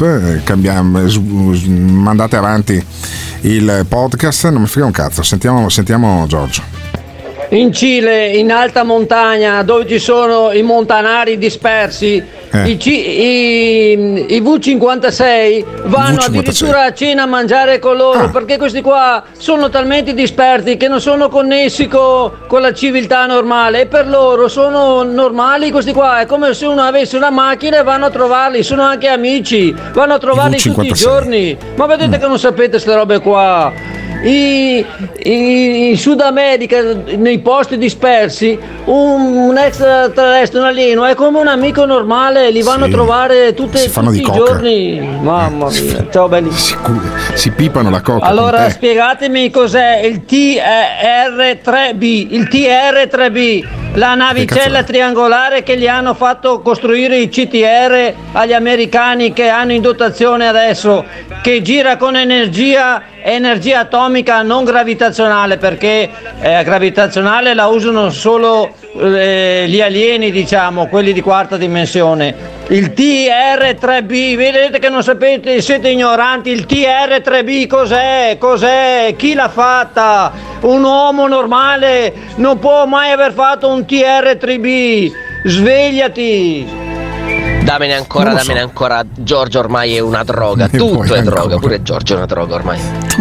mandate avanti il podcast, non mi frega un cazzo. Sentiamo Giorgio. In Cile, in alta montagna, dove ci sono i montanari dispersi, i V56 vanno addirittura a cena a mangiare con loro, perché questi qua sono talmente dispersi che non sono connessi con la civiltà normale, e per loro sono normali questi qua. È come se uno avesse una macchina e vanno a trovarli, sono anche amici, vanno a trovarli tutti i giorni. Ma vedete che non sapete queste robe qua. In Sud America, nei posti dispersi, un extraterrestre, un alieno è come un amico normale, li vanno a trovare tutti i giorni. Mamma mia, ciao belli. Si pipano la coca. Allora spiegatemi cos'è il TR3B. Il TR3B, la navicella triangolare che gli hanno fatto costruire i CTR agli americani, che hanno in dotazione adesso, che gira con energia atomica, non gravitazionale, perché gravitazionale la usano solo gli alieni, diciamo, quelli di quarta dimensione. Il TR3B, vedete che non sapete, siete ignoranti. Il TR3B cos'è? Chi l'ha fatta? Un uomo normale non può mai aver fatto un TR3B. Svegliati. Dammene ancora. Giorgio ormai è una droga. Tutto è droga, pure Giorgio è una droga ormai.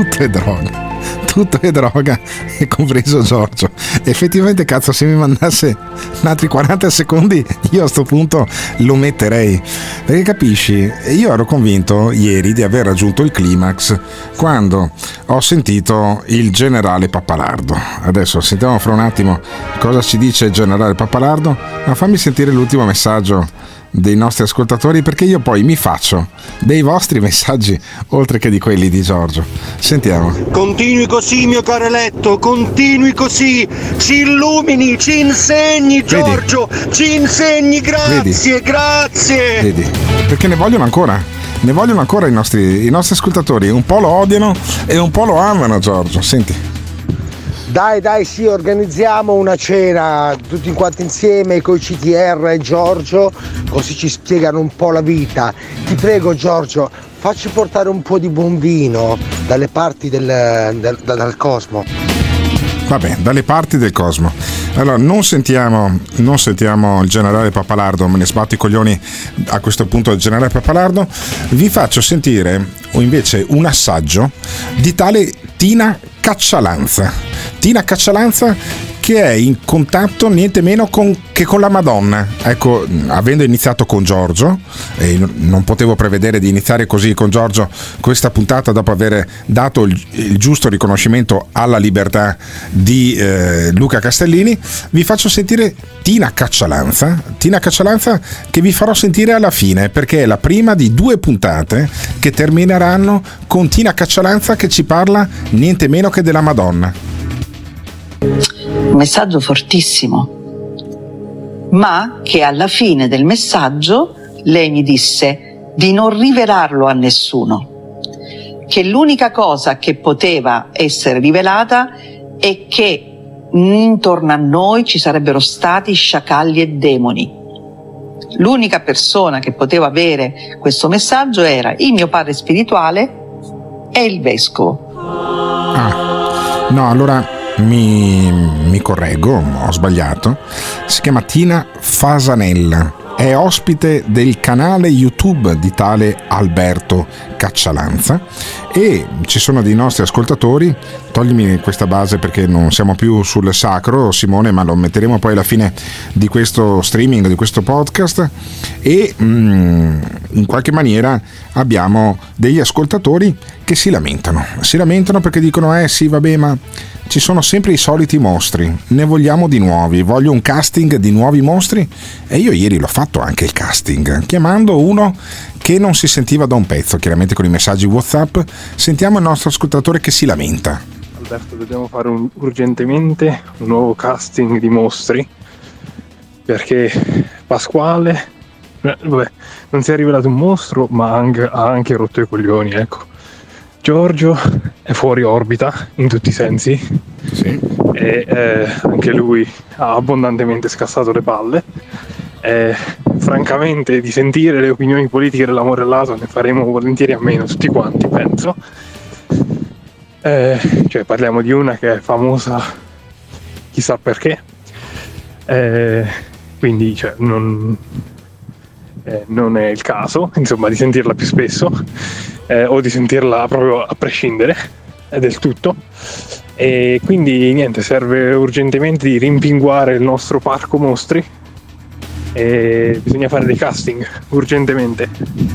Tutto è droga, e compreso Giorgio. Effettivamente, cazzo, se mi mandasse altri 40 secondi io a sto punto lo metterei, perché capisci, io ero convinto ieri di aver raggiunto il climax quando ho sentito il generale Pappalardo. Adesso sentiamo fra un attimo cosa ci dice il generale Pappalardo, ma fammi sentire l'ultimo messaggio dei nostri ascoltatori, perché io poi mi faccio dei vostri messaggi oltre che di quelli di Giorgio. Sentiamo. Continui così, mio caro eletto, continui così, ci illumini, ci insegni, Giorgio, ci insegni, grazie. Vedi, perché ne vogliono ancora i nostri ascoltatori, un po' lo odiano e un po' lo amano Giorgio. Senti. Dai, sì, organizziamo una cena tutti quanti insieme coi CTR e Giorgio, così ci spiegano un po' la vita. Ti prego Giorgio, facci portare un po' di buon vino dalle parti dal Cosmo. Vabbè, dalle parti del Cosmo. Allora, non sentiamo il generale Pappalardo, me ne sbatto i coglioni a questo punto del generale Pappalardo. Vi faccio sentire invece un assaggio di tale Tina Caccialanza, che è in contatto niente meno che con la Madonna. Ecco, avendo iniziato con Giorgio, e non potevo prevedere di iniziare così con Giorgio questa puntata dopo aver dato il giusto riconoscimento alla libertà di Luca Castellini, vi faccio sentire Tina Caccialanza, che vi farò sentire alla fine, perché è la prima di 2 puntate che termineranno con Tina Caccialanza che ci parla niente meno che della Madonna. Un messaggio fortissimo, ma che alla fine del messaggio lei mi disse di non rivelarlo a nessuno, che l'unica cosa che poteva essere rivelata è che intorno a noi ci sarebbero stati sciacalli e demoni. L'unica persona che poteva avere questo messaggio era il mio padre spirituale e il vescovo. No, allora mi correggo, ho sbagliato. Si chiama Tina Fasanella. È ospite del canale YouTube di tale Alberto Caccialanza e ci sono dei nostri ascoltatori. Toglimi questa base perché non siamo più sul sacro, Simone, ma lo metteremo poi alla fine di questo streaming, di questo podcast, e in qualche maniera abbiamo degli ascoltatori che si lamentano perché dicono sì vabbè, ma ci sono sempre i soliti mostri, ne vogliamo di nuovi, voglio un casting di nuovi mostri. E io ieri l'ho fatto anche il casting, chiamando uno che non si sentiva da un pezzo, chiaramente con i messaggi WhatsApp. Sentiamo il nostro ascoltatore che si lamenta. Alberto, dobbiamo fare urgentemente un nuovo casting di mostri, perché Pasquale non si è rivelato un mostro, ma ha anche rotto i coglioni, ecco. Giorgio è fuori orbita in tutti i sensi, sì. E anche lui ha abbondantemente scassato le palle. Francamente, di sentire le opinioni politiche della Morellato ne faremo volentieri a meno tutti quanti, penso. Cioè, parliamo di una che è famosa chissà perché, quindi cioè, non è il caso, insomma, di sentirla più spesso, o di sentirla proprio a prescindere del tutto. E quindi niente, serve urgentemente di rimpinguare il nostro parco mostri e bisogna fare dei casting urgentemente.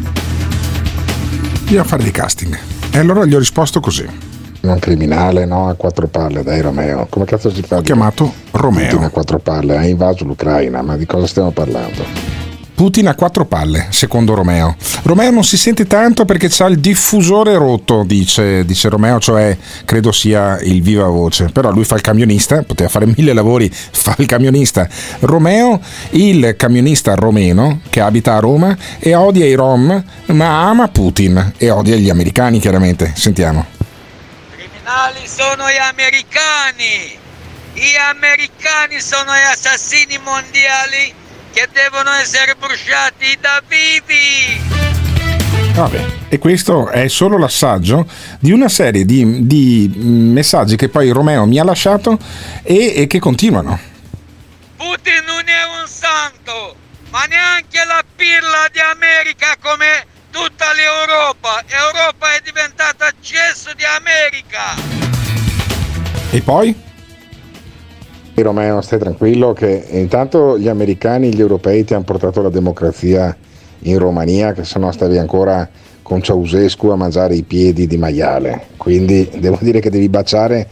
Bisogna fare dei casting. E allora gli ho risposto così: un criminale, no? A quattro palle, dai Romeo. Come cazzo si fa? Ho chiamato Romeo. Putin a quattro palle, ha invaso l'Ucraina, ma di cosa stiamo parlando? Putin a quattro palle, secondo Romeo. Romeo non si sente tanto perché c'ha il diffusore rotto, dice Romeo, cioè credo sia il viva voce. Però lui fa il camionista, poteva fare 1000 lavori, fa il camionista. Romeo, il camionista romeno che abita a Roma e odia i rom, ma ama Putin e odia gli americani, chiaramente. Sentiamo. Criminali sono gli americani. Gli americani sono gli assassini mondiali che devono essere bruciati da vivi. Vabbè, e questo è solo l'assaggio di una serie di messaggi che poi Romeo mi ha lasciato e che continuano. Putin non è un santo, ma neanche la pirla di America come tutta l'Europa. Europa è diventata accesso di America. E poi? Romeo, stai tranquillo che intanto gli americani e gli europei ti hanno portato la democrazia in Romania, che sennò stavi ancora con Ceausescu a mangiare i piedi di maiale. Quindi devo dire che devi baciare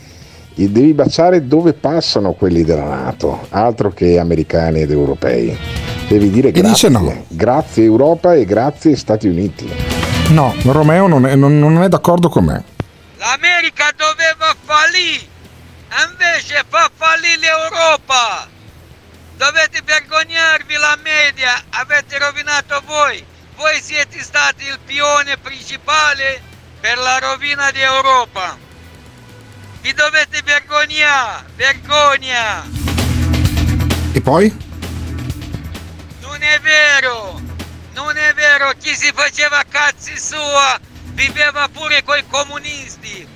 dove passano quelli della NATO, altro che americani ed europei. Devi dire grazie. Dice no. Grazie Europa e grazie Stati Uniti. No, Romeo non è d'accordo con me. L'America doveva fallire. Invece fa fallire l'Europa. Dovete vergognarvi, la media avete rovinato voi. Voi siete stati il pione principale per la rovina di Europa. Vi dovete vergognare, vergogna. E poi? Non è vero, chi si faceva cazzi sua viveva pure coi comunisti.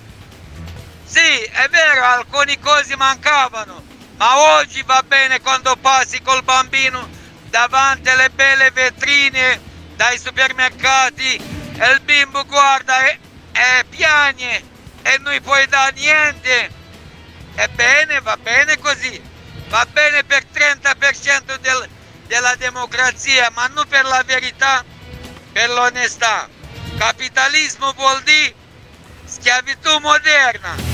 Sì, è vero, alcune cose mancavano, ma oggi va bene quando passi col bambino davanti alle belle vetrine dai supermercati e il bimbo guarda e piagne e non puoi dare niente. Ebbene, va bene così, va bene per 30% della democrazia, ma non per la verità, per l'onestà. Capitalismo vuol dire schiavitù moderna.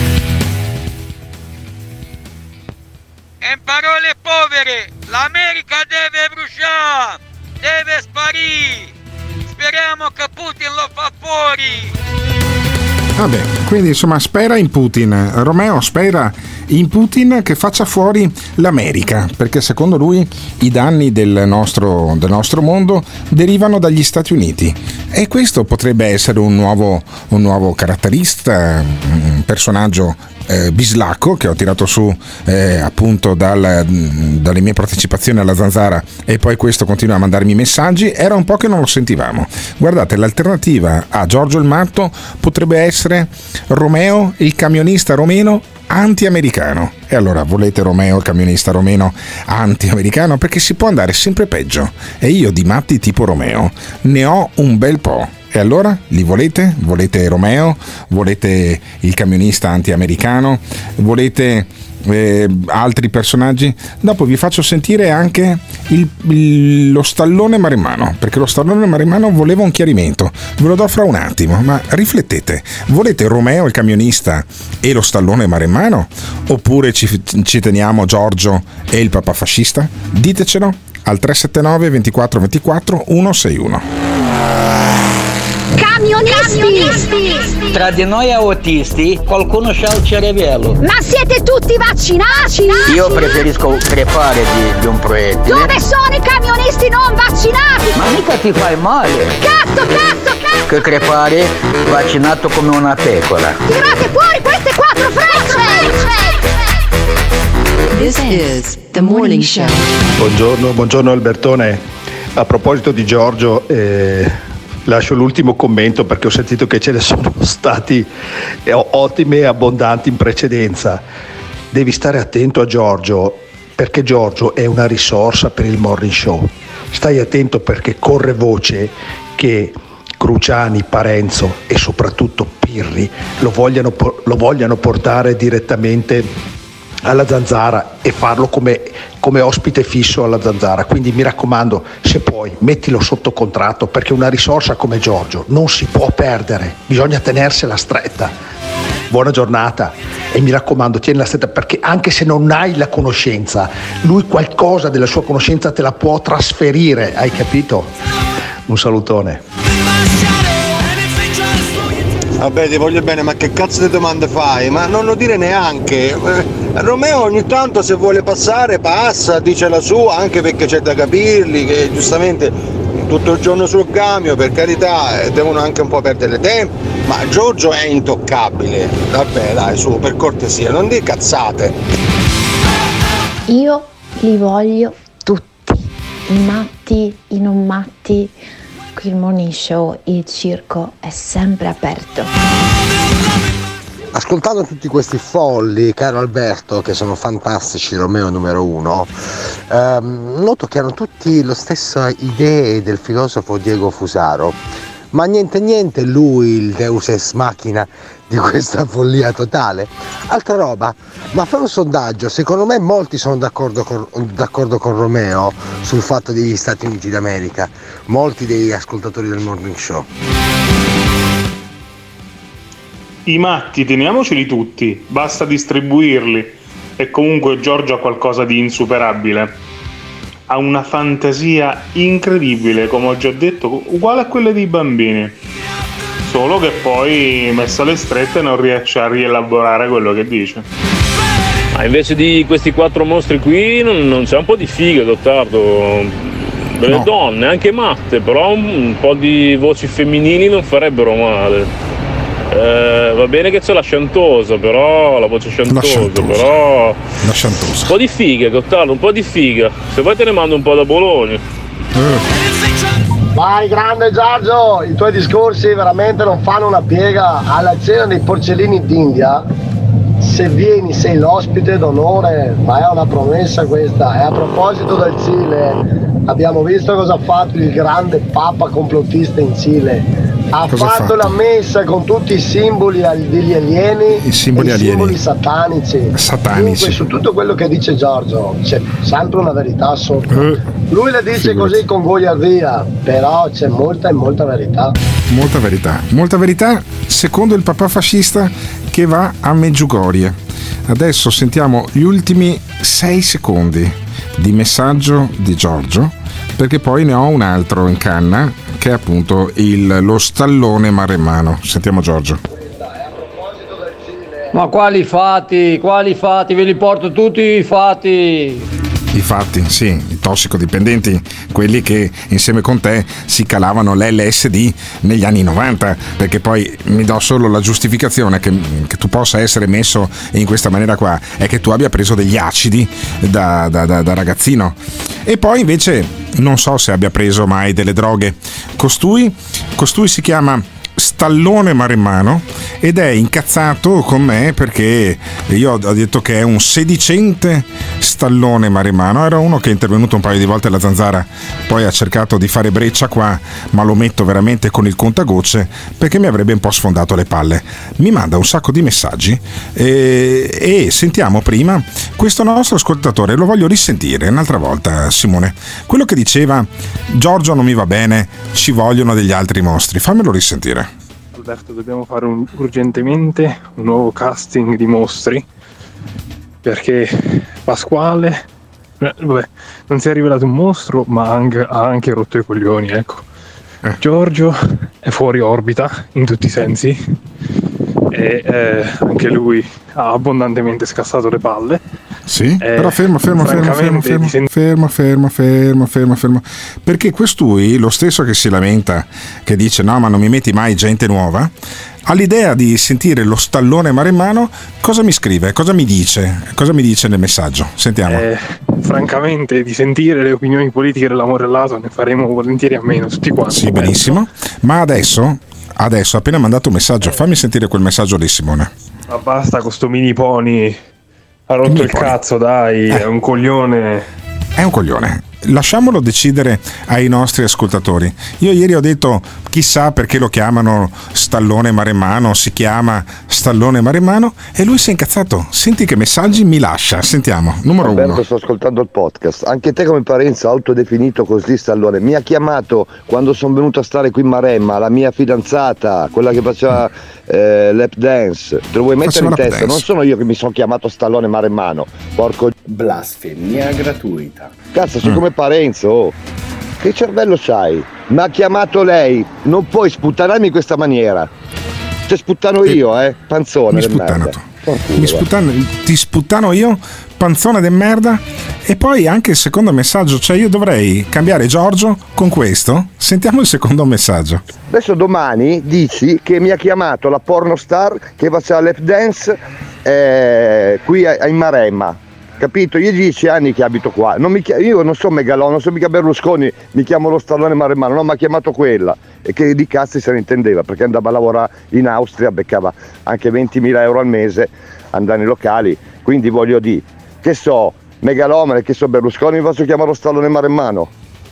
In parole povere, l'America deve bruciare, deve sparire. Speriamo che Putin lo fa fuori. Vabbè, quindi insomma spera in Putin. Romeo spera in Putin che faccia fuori l'America, perché secondo lui i danni del nostro mondo derivano dagli Stati Uniti, e questo potrebbe essere un nuovo caratterista, un personaggio bislacco che ho tirato su appunto dalle mie partecipazioni alla Zanzara, e poi questo continua a mandarmi messaggi. Era un po' che non lo sentivamo. Guardate, l'alternativa a Giorgio il Matto potrebbe essere Romeo il camionista romeno anti-americano. E allora volete Romeo il camionista romeno anti-americano? Perché si può andare sempre peggio, e io di matti tipo Romeo ne ho un bel po'. E allora li volete? Volete Romeo? Volete il camionista anti-americano? Volete altri personaggi? Dopo vi faccio sentire anche lo stallone maremmano, perché lo stallone maremmano voleva un chiarimento. Ve lo do fra un attimo, ma riflettete. Volete Romeo il camionista e lo stallone maremmano? Oppure ci teniamo Giorgio e il papà fascista? Ditecelo al 379 24 24 161. Camionisti! Tra di noi autisti qualcuno c'ha il cervello. Ma siete tutti vaccinati? Io preferisco crepare di un proiettile. Dove sono i camionisti non vaccinati? Ma mica ti fai male. Cazzo! Che crepare vaccinato come una pecora. Tirate fuori queste 4 frecce! This is the morning show. Buongiorno Albertone. A proposito di Giorgio, lascio l'ultimo commento perché ho sentito che ce ne sono stati ottimi e abbondanti in precedenza. Devi stare attento a Giorgio, perché Giorgio è una risorsa per il morning show. Stai attento, perché corre voce che Cruciani, Parenzo e soprattutto Pirri lo vogliano portare direttamente alla Zanzara e farlo come ospite fisso alla Zanzara. Quindi mi raccomando, se puoi mettilo sotto contratto, perché una risorsa come Giorgio non si può perdere, bisogna tenersela stretta. Buona giornata, e mi raccomando, tienila stretta, perché anche se non hai la conoscenza, lui qualcosa della sua conoscenza te la può trasferire, hai capito? Un salutone. Vabbè, ti voglio bene, ma che cazzo di domande fai? Ma non lo dire neanche. Romeo ogni tanto, se vuole passare, passa, dice la sua, anche perché c'è da capirli, che giustamente tutto il giorno sul camion, per carità, devono anche un po' perdere tempo, ma Giorgio è intoccabile. Vabbè, dai, su, per cortesia, non di cazzate. Io li voglio tutti, i matti, i non matti. Qui il morning show, il circo è sempre aperto. Ascoltando tutti questi folli, caro Alberto, che sono fantastici, Romeo numero 1, noto che hanno tutti le stesse idee del filosofo Diego Fusaro, ma niente lui il deus ex machina di questa follia totale. Altra roba, ma fare un sondaggio, secondo me molti sono d'accordo con Romeo sul fatto degli Stati Uniti d'America, molti degli ascoltatori del Morning Show. I matti teniamoceli tutti, basta distribuirli, e comunque Giorgio ha qualcosa di insuperabile. Ha una fantasia incredibile, come ho già detto, uguale a quelle dei bambini. Solo che poi, messa alle strette, non riesce a rielaborare quello che dice. Ma invece di questi 4 mostri qui non c'è un po' di figa, Gottardo? Delle donne, anche matte, però un po' di voci femminili non farebbero male. Va bene che c'è la chantosa, però la voce chantosa, però la chantosa. Un po' di figa, Gottardo, un po' di figa. Se vuoi te ne mando un po' da Bologna. Vai grande Giorgio, i tuoi discorsi veramente non fanno una piega. Alla cena dei porcellini d'India, se vieni sei l'ospite d'onore, ma è una promessa questa. E a proposito del Cile, abbiamo visto cosa ha fatto il grande papa complottista in Cile. Ha fatto la messa con tutti i simboli degli alieni, i simboli satanici. Dunque, su tutto quello che dice Giorgio c'è sempre una verità sotto. Lui le dice così con goliardia, però c'è molta verità. Molta verità secondo il papà fascista che va a Meggiugorie. Adesso sentiamo gli ultimi 6 secondi di messaggio di Giorgio, perché poi ne ho un altro in canna, che è appunto lo stallone maremmano. Sentiamo Giorgio. Ma quali fatti? Ve li porto tutti i fatti. I fatti, sì, i tossicodipendenti, quelli che insieme con te si calavano l'LSD negli anni 90, perché poi mi do solo la giustificazione che tu possa essere messo in questa maniera qua, è che tu abbia preso degli acidi da ragazzino. E poi invece non so se abbia preso mai delle droghe. Costui si chiama Stallone Maremmano ed è incazzato con me perché io ho detto che è un sedicente Stallone Maremmano. Era uno che è intervenuto un paio di volte alla Zanzara, poi ha cercato di fare breccia qua, ma lo metto veramente con il contagocce perché mi avrebbe un po' sfondato le palle. Mi manda un sacco di messaggi e sentiamo prima questo nostro ascoltatore, lo voglio risentire un'altra volta, Simone, quello che diceva: Giorgio non mi va bene, ci vogliono degli altri mostri. Fammelo risentire. Alberto, dobbiamo fare urgentemente un nuovo casting di mostri, perché Pasquale non si è rivelato un mostro, ma ha anche rotto i coglioni, ecco. Giorgio è fuori orbita in tutti i sensi e anche lui ha abbondantemente scassato le palle. Sì, però fermo, perché questui, lo stesso che si lamenta, che dice no ma non mi metti mai gente nuova, all'idea di sentire lo Stallone Maremmano, cosa mi scrive, cosa mi dice nel messaggio? Sentiamo. Francamente di sentire le opinioni politiche dell'amorellato ne faremo volentieri a meno tutti quanti. Sì, benissimo, ma adesso ha appena mandato un messaggio, fammi sentire quel messaggio lì, Simone. Ma basta con sto mini pony, ha rotto il cazzo, dai, è un coglione. È un coglione. Lasciamolo decidere ai nostri ascoltatori. Io ieri ho detto chissà perché lo chiamano Stallone Maremmano, si chiama Stallone Maremmano, e lui si è incazzato. Senti che messaggi mi lascia, sentiamo. Numero Alberto, 1. sto ascoltando il podcast. Anche te come Parenzo autodefinito così Stallone mi ha chiamato quando sono venuto a stare qui in Maremma, la mia fidanzata, quella che faceva lap dance. Te lo vuoi mettere in testa? Non sono io che mi sono chiamato Stallone Maremmano, porco. Blasfemia gratuita. Cazzo, sei come Parenzo, oh. Che cervello c'hai? Mi ha chiamato lei, non puoi sputtanarmi in questa maniera. Te sputtano io, panzone del merda. Ti sputtano io, panzone de merda. E poi anche il secondo messaggio, cioè io dovrei cambiare Giorgio con questo. Sentiamo il secondo messaggio. Adesso domani dici che mi ha chiamato la pornostar che faceva lap dance qui in Maremma. Capito? Io 10 anni che abito qua, io non sono Megalò, non sono mica Berlusconi, mi chiamo lo Stallone Maremmano, no, mi ha chiamato quella, e che di cazzi se ne intendeva, perché andava a lavorare in Austria, beccava anche 20.000 euro al mese, andava nei locali, quindi voglio dire, che so, Megalomane, che so Berlusconi, mi faccio chiamare lo Stallone Maremmano.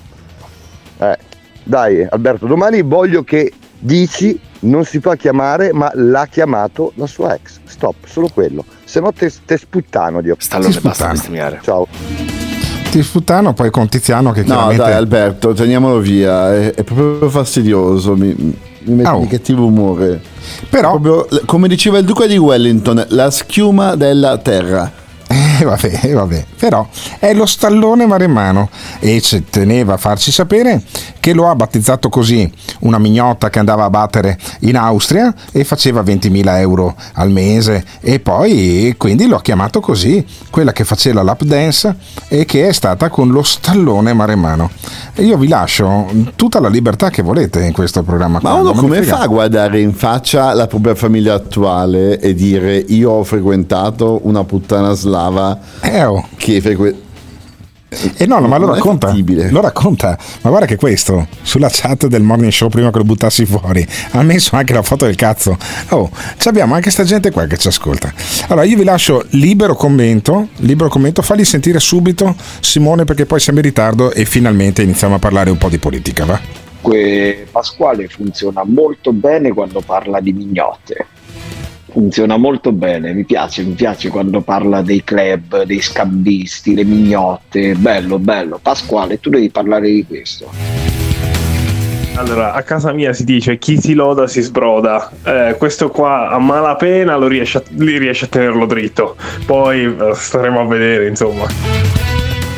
Dai Alberto, domani voglio che dici non si fa chiamare, ma l'ha chiamato la sua ex, stop, solo quello. Se no te sputtano, Dio. Stallone, basta bestemmiare. Ciao. Ti sputtano poi con Tiziano che chiaramente... No dai Alberto, teniamolo via, è proprio fastidioso, mi mette di cattivo umore. Però... Proprio, come diceva il duca di Wellington, la schiuma della terra. Vabbè, però è lo Stallone Maremmano e ci teneva a farci sapere che lo ha battezzato così una mignotta che andava a battere in Austria e faceva 20.000 euro al mese, e poi quindi l'ho chiamato così, quella che faceva lap dance e che è stata con lo Stallone Maremmano. E io vi lascio tutta la libertà che volete in questo programma. Ma uno come fa a guardare in faccia la propria famiglia attuale e dire io ho frequentato una puttana slava che no, ma lo racconta, ma guarda che questo sulla chat del morning show, prima che lo buttassi fuori, ha messo anche la foto del cazzo. Abbiamo anche sta gente qua che ci ascolta. Allora io vi lascio libero commento, falli sentire subito Simone, perché poi siamo in ritardo e finalmente iniziamo a parlare un po' di politica, va? Pasquale funziona molto bene quando parla di mignotte. Funziona molto bene, mi piace quando parla dei club, dei scambisti, le mignotte, bello. Pasquale, tu devi parlare di questo. Allora, a casa mia si dice chi si loda si sbroda. Questo qua a malapena riesce a tenerlo dritto. Poi staremo a vedere, insomma.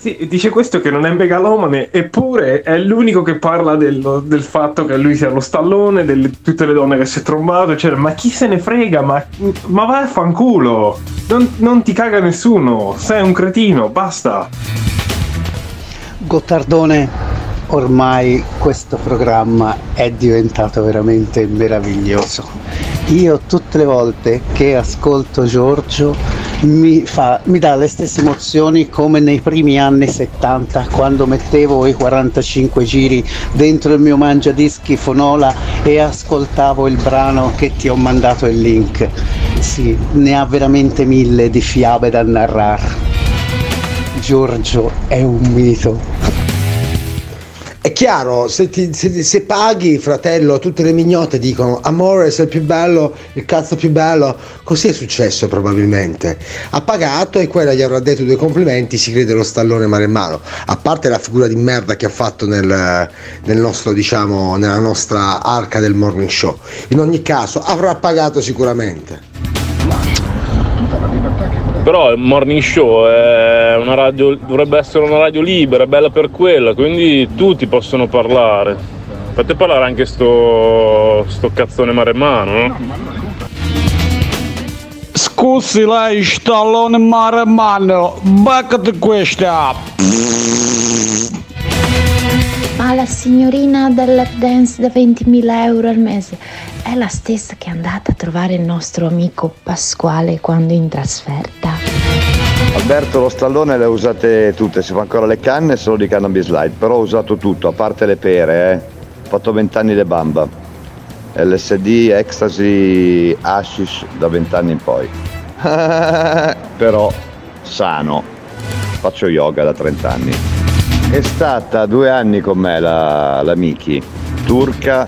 Sì, dice questo che non è megalomane, eppure è l'unico che parla del fatto che lui sia lo Stallone, tutte le donne che si è trombato, eccetera. Ma chi se ne frega? Ma vai a fanculo! Non ti caga nessuno, sei un cretino, basta! Gottardone, ormai questo programma è diventato veramente meraviglioso. Io tutte le volte che ascolto Giorgio mi dà le stesse emozioni come nei primi anni 70, quando mettevo i 45 giri dentro il mio mangiadischi Fonola e ascoltavo il brano che ti ho mandato il link. Sì, ne ha veramente 1000 di fiabe da narrare. Giorgio è un mito. È chiaro, se paghi, fratello, tutte le mignotte dicono amore, sei il più bello, il cazzo più bello, così è successo probabilmente. Ha pagato e quella gli avrà detto 2 complimenti, si crede lo Stallone maremmano, a parte la figura di merda che ha fatto nel nostro, diciamo, nella nostra arca del morning show. In ogni caso avrà pagato sicuramente. Però il morning show è una radio, dovrebbe essere una radio libera, è bella per quella, quindi tutti possono parlare. Fate parlare anche sto cazzone maremmano, no? Scusi lei, Stallone maremmano, beccati questa! Ma la signorina del lap dance da 20.000 euro al mese è la stessa che è andata a trovare il nostro amico Pasquale quando in trasferta. Alberto, lo Stallone le ha usate tutte, si fa ancora le canne solo di Cannabis Light, però ho usato tutto, a parte le pere, Ho fatto 20 anni di bamba, LSD, ecstasy, hashish da 20 anni in poi. Però sano, faccio yoga da 30 anni. È stata 2 anni con me la Miki, turca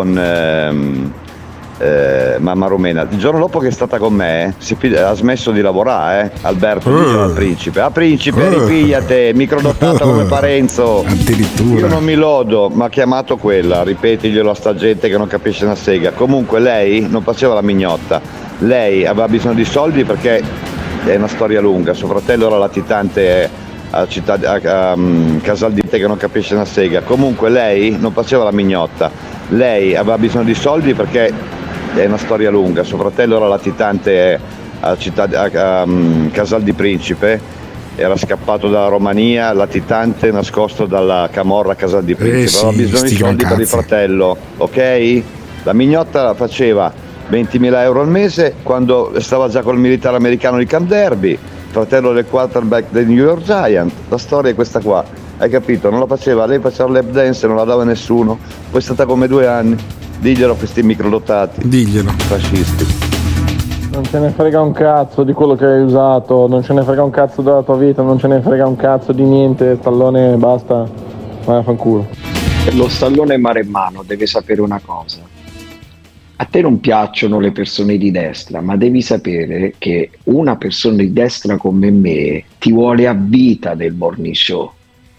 con mamma rumena. Il giorno dopo che è stata con me ha smesso di lavorare, Alberto, al principe. Principe, ripigliate, microdotata come Parenzo. Addirittura. Io non mi lodo, ma ha chiamato quella, ripetiglielo a sta gente che non capisce una sega. Comunque lei non faceva la mignotta, lei aveva bisogno di soldi perché è una storia lunga. Suo fratello era latitante a Casaldite che non capisce una sega. Comunque lei non faceva la mignotta, lei aveva bisogno di soldi perché è una storia lunga. Suo fratello era latitante a Casal di Principe, era scappato dalla Romania, latitante, nascosto dalla camorra a Casal di Principe, aveva bisogno di soldi per il fratello, ok? La mignotta la faceva 20.000 euro al mese quando stava già col militare americano di Camp Derby, fratello del quarterback dei New York Giants. La storia è questa qua, hai capito? Non la faceva, lei faceva lap dance, non la dava nessuno, poi è stata come 2 anni. Diglielo a questi microdotati. Diglielo. Fascisti. Non ce ne frega un cazzo di quello che hai usato, non ce ne frega un cazzo della tua vita, non ce ne frega un cazzo di niente, Stallone, basta, vai a fanculo. Lo Stallone maremmano deve sapere una cosa. A te non piacciono le persone di destra, ma devi sapere che una persona di destra come me ti vuole a vita del morning show.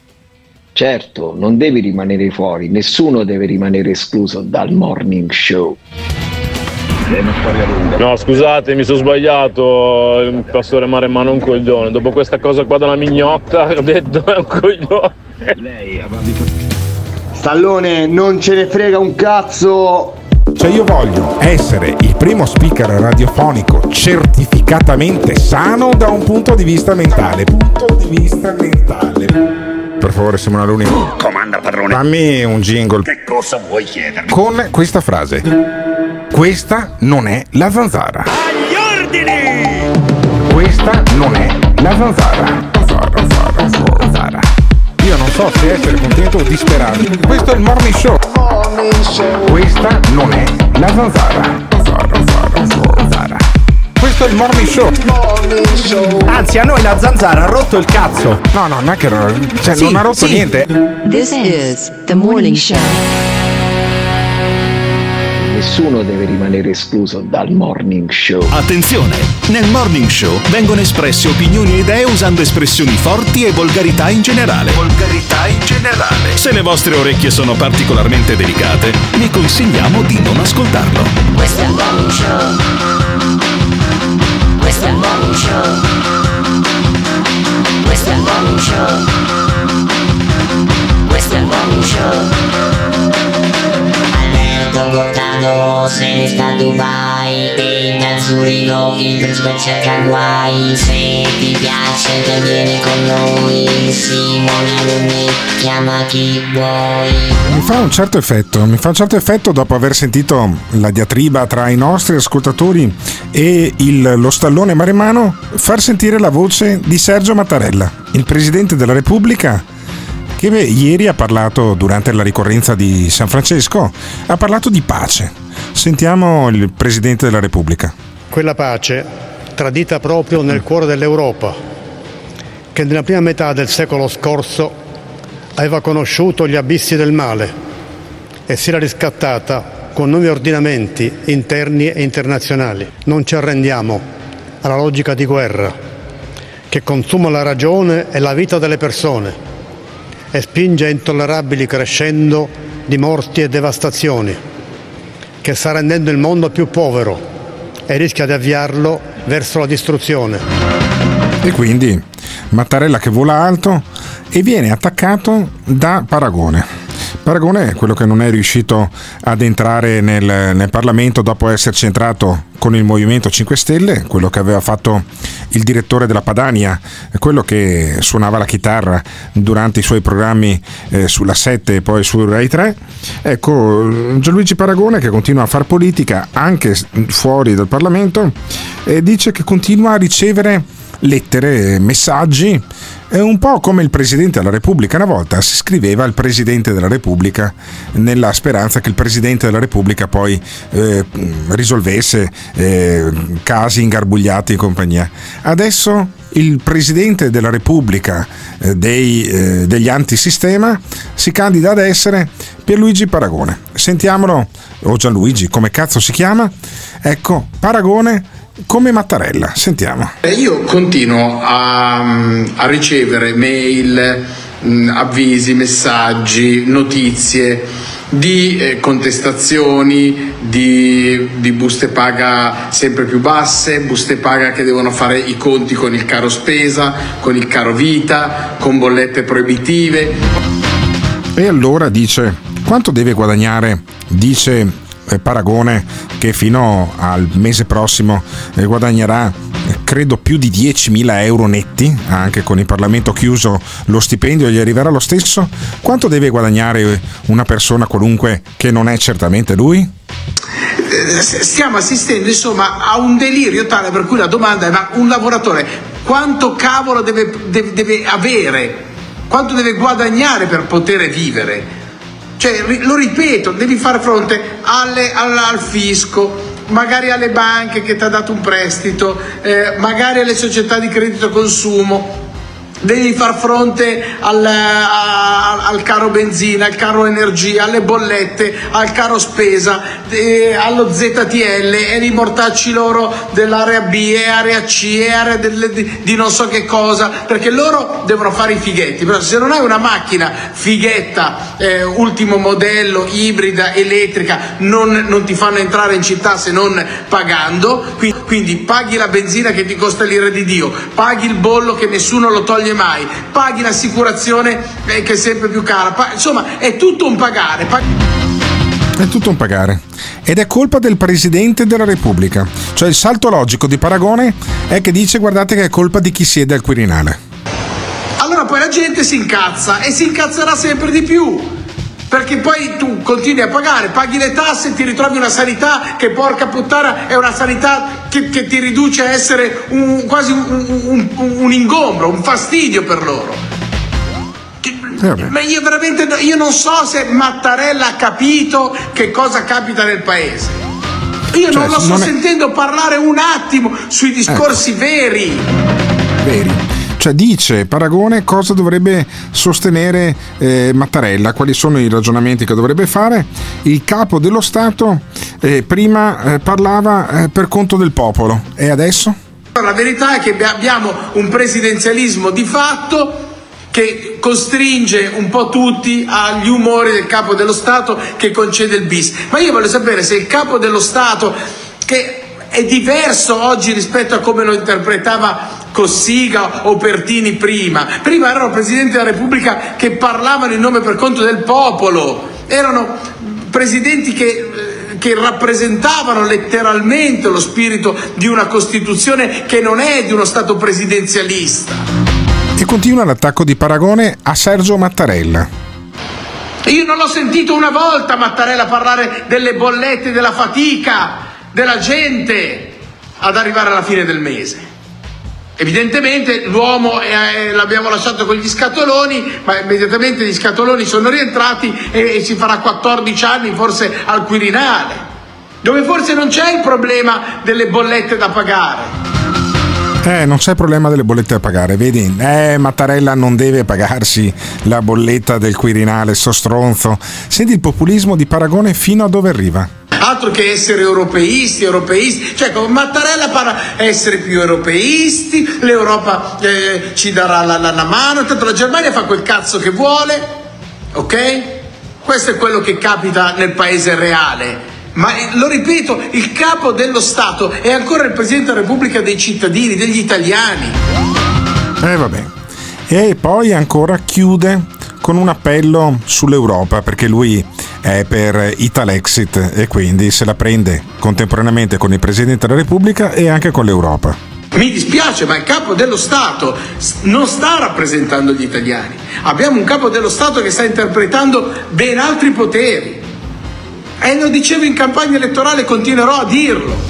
Certo, non devi rimanere fuori, nessuno deve rimanere escluso dal morning show. È una storia lunga. No, scusate, mi sono sbagliato, il pastore maremmano è un coglione. Dopo questa cosa qua della mignotta, ho detto è un coglione. Lei aveva detto... Stallone, non ce ne frega un cazzo. Cioè io voglio essere il primo speaker radiofonico certificatamente sano da un punto di vista mentale. Per favore, Simona Luni. Comanda, padrone. Fammi un jingle. Che cosa vuoi chiedermi? Con questa frase. Questa non è la zanzara. Agli ordini! Questa non è la zanzara. Zanzara. Io non so se essere contento o disperato. Questo è il morning show. Questa non è la zanzara. Zanzara. Questo è il morning show. Anzi, a noi la zanzara ha rotto il cazzo. No, non è che non ha rotto niente. This is the morning show. Nessuno deve rimanere escluso dal morning show. Attenzione! Nel morning show vengono espresse opinioni e idee usando espressioni forti e volgarità in generale. Se le vostre orecchie sono particolarmente delicate, vi consigliamo di non ascoltarlo. Questo è il morning show. Questo è il morning show. Questo è il morning show. se ne sta a Dubai e da Zurigo il principe cerca guai. Se ti piace che vieni con noi, Simone Alunni, chiama chi vuoi. Mi fa un certo effetto dopo aver sentito la diatriba tra i nostri ascoltatori e lo stallone maremmano, far sentire la voce di Sergio Mattarella, il Presidente della Repubblica, che ieri ha parlato durante la ricorrenza di San Francesco, ha parlato di pace. Sentiamo il Presidente della Repubblica. Quella pace tradita proprio nel cuore dell'Europa, che nella prima metà del secolo scorso aveva conosciuto gli abissi del male e si era riscattata con nuovi ordinamenti interni e internazionali. Non ci arrendiamo alla logica di guerra che consuma la ragione e la vita delle persone e spinge a intollerabili crescendo di morti e devastazioni, che sta rendendo il mondo più povero e rischia di avviarlo verso la distruzione. E quindi Mattarella che vola alto e viene attaccato da Paragone. Paragone è quello che non è riuscito ad entrare nel Parlamento dopo esserci entrato con il Movimento 5 Stelle, quello che aveva fatto il direttore della Padania, quello che suonava la chitarra durante i suoi programmi sulla 7 e poi su Rai 3. Ecco, Gianluigi Paragone, che continua a far politica anche fuori dal Parlamento, dice che continua a ricevere lettere, messaggi, un po' come il Presidente della Repubblica. Una volta si scriveva il Presidente della Repubblica nella speranza che il Presidente della Repubblica poi risolvesse casi ingarbugliati e compagnia. Adesso il Presidente della Repubblica degli antisistema si candida ad essere Pierluigi Paragone. Sentiamolo, o Gianluigi, come cazzo si chiama? Ecco, Paragone come Mattarella, sentiamo. Io continuo a ricevere mail, avvisi, messaggi, notizie di contestazioni, di buste paga sempre più basse, buste paga che devono fare i conti con il caro spesa, con il caro vita, con bollette proibitive. E allora dice, quanto deve guadagnare? Dice Paragone che fino al mese prossimo guadagnerà credo più di 10.000 euro netti, anche con il Parlamento chiuso lo stipendio gli arriverà lo stesso. Quanto deve guadagnare una persona qualunque che non è certamente lui? Stiamo assistendo insomma a un delirio tale per cui la domanda è: ma un lavoratore quanto cavolo deve avere? Quanto deve guadagnare per poter vivere? Cioè, lo ripeto, devi fare fronte al fisco, magari alle banche che ti ha dato un prestito, magari alle società di credito consumo, devi far fronte al caro benzina, al caro energia, alle bollette, al caro spesa, allo ZTL e i mortacci loro dell'area B e area C e area di non so che cosa, perché loro devono fare i fighetti. Però se non hai una macchina fighetta, ultimo modello, ibrida, elettrica, non ti fanno entrare in città se non pagando. Quindi paghi la benzina che ti costa l'ira di Dio, paghi il bollo che nessuno lo toglie mai, paghi l'assicurazione che è sempre più cara, insomma è tutto un pagare. È tutto un pagare ed è colpa del Presidente della Repubblica. Cioè il salto logico di Paragone è che dice: guardate che è colpa di chi siede al Quirinale. Allora poi la gente si incazza e si incazzerà sempre di più, perché poi tu continui a pagare, paghi le tasse e ti ritrovi una sanità che, porca puttana, è una sanità che ti riduce a essere quasi un ingombro, un fastidio per loro. Ma io non so se Mattarella ha capito che cosa capita nel paese. Io non lo sto sentendo parlare un attimo sui discorsi veri. Cioè dice Paragone cosa dovrebbe sostenere Mattarella, quali sono i ragionamenti che dovrebbe fare. Il capo dello Stato prima parlava per conto del popolo e adesso? La verità è che abbiamo un presidenzialismo di fatto che costringe un po' tutti agli umori del capo dello Stato che concede il bis. Ma io voglio sapere se il capo dello Stato, che è diverso oggi rispetto a come lo interpretava Cossiga o Pertini prima erano presidenti della Repubblica che parlavano in nome per conto del popolo, erano presidenti che che rappresentavano letteralmente lo spirito di una Costituzione che non è di uno Stato presidenzialista. E continua l'attacco di Paragone a Sergio Mattarella. Io non l'ho sentito una volta Mattarella parlare delle bollette, della fatica della gente ad arrivare alla fine del mese. Evidentemente l'uomo l'abbiamo lasciato con gli scatoloni, ma immediatamente gli scatoloni sono rientrati e si farà 14 anni forse al Quirinale, dove forse non c'è il problema delle bollette da pagare. Non c'è problema delle bollette da pagare, vedi? Mattarella non deve pagarsi la bolletta del Quirinale, sto stronzo. Senti il populismo di Paragone fino a dove arriva. Altro che essere europeisti, cioè con Mattarella parla essere più europeisti, l'Europa ci darà la mano, tanto la Germania fa quel cazzo che vuole, ok? Questo è quello che capita nel paese reale. Ma lo ripeto, il capo dello Stato è ancora il Presidente della Repubblica dei cittadini, degli italiani. Vabbè. E poi ancora chiude con un appello sull'Europa, perché lui è per Italexit e quindi se la prende contemporaneamente con il Presidente della Repubblica e anche con l'Europa. Mi dispiace, ma il capo dello Stato non sta rappresentando gli italiani. Abbiamo un capo dello Stato che sta interpretando ben altri poteri. E lo dicevo in campagna elettorale, continuerò a dirlo.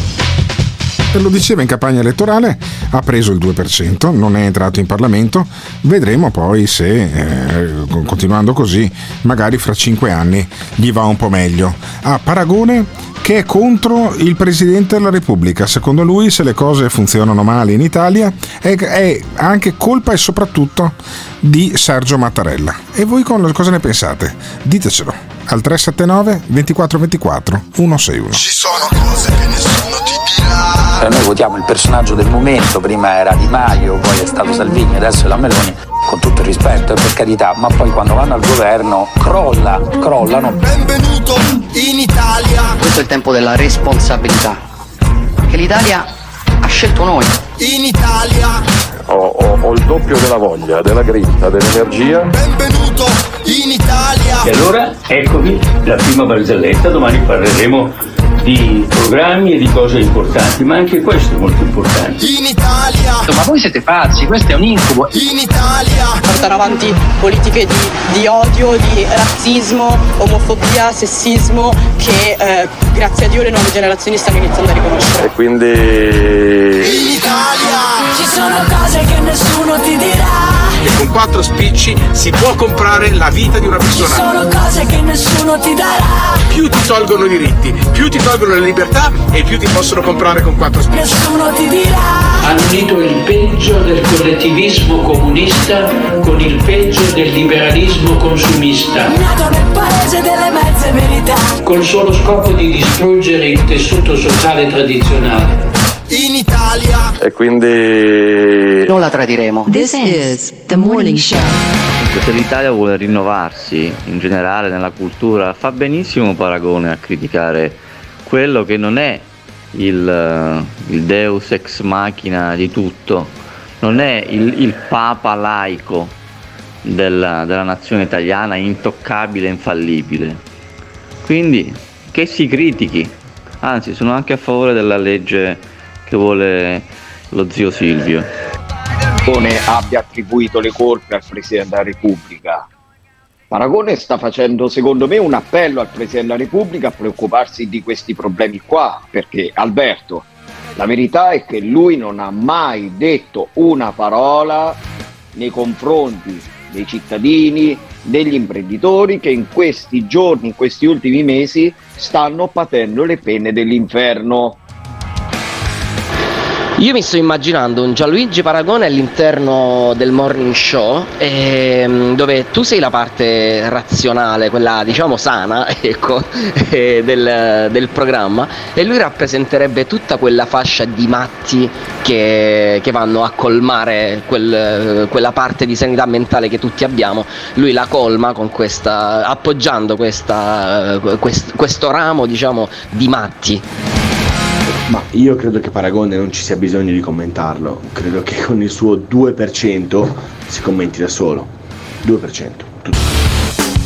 Lo diceva in campagna elettorale, ha preso il 2%, non è entrato in Parlamento, vedremo poi se, continuando così, magari fra 5 anni gli va un po' meglio. Paragone che è contro il Presidente della Repubblica, secondo lui se le cose funzionano male in Italia è anche colpa e soprattutto di Sergio Mattarella. E voi cosa ne pensate? Ditecelo al 379 24 24 161. Ci sono cose che nessuno ti dirà. Noi votiamo il personaggio del momento, prima era Di Maio, poi è stato Salvini, adesso è la Meloni, con tutto il rispetto, per carità, ma poi quando vanno al governo crollano. Benvenuto in Italia. Questo è il tempo della responsabilità, che l'Italia ha scelto noi. In Italia. Ho il doppio della voglia, della grinta, dell'energia. Benvenuto in Italia. E allora eccovi la prima barzelletta, domani parleremo di programmi e di cose importanti, ma anche questo è molto importante. In Italia. Ma voi siete pazzi, questo è un incubo. In Italia. Portare avanti politiche di odio, di razzismo, omofobia, sessismo che grazie a Dio le nuove generazioni stanno iniziando a riconoscere. E quindi in Italia ci sono cose che nessuno ti dirà. E con 4 spicci si può comprare la vita di una persona. Ci sono cose che nessuno ti darà. Più ti tolgono i diritti, più ti tolgono le libertà e più ti possono comprare con 4 spicci. Nessuno ti dirà. Hanno unito il peggio del collettivismo comunista con il peggio del liberalismo consumista. Nato nel paese delle mezze verità. Col solo scopo di distruggere il tessuto sociale tradizionale. In Italia. E quindi non la tradiremo. This is the morning show. Se l'Italia vuole rinnovarsi in generale nella cultura, fa benissimo Paragone a criticare quello che non è il deus ex machina di tutto, non è il papa laico della nazione italiana, intoccabile, infallibile. Quindi che si critichi, anzi sono anche a favore della legge che vuole lo zio Silvio. Paragone abbia attribuito le colpe al Presidente della Repubblica. Paragone sta facendo, secondo me, un appello al Presidente della Repubblica a preoccuparsi di questi problemi qua, perché Alberto, la verità è che lui non ha mai detto una parola nei confronti dei cittadini, degli imprenditori che in questi giorni, in questi ultimi mesi stanno patendo le pene dell'inferno. Io mi sto immaginando un Gianluigi Paragone all'interno del morning show, dove tu sei la parte razionale, quella diciamo sana, ecco, del programma, e lui rappresenterebbe tutta quella fascia di matti che vanno a colmare quella parte di sanità mentale che tutti abbiamo. Lui la colma con appoggiando questo ramo, diciamo, di matti. Ma io credo che Paragone non ci sia bisogno di commentarlo, credo che con il suo 2% si commenti da solo. 2%. Tutto.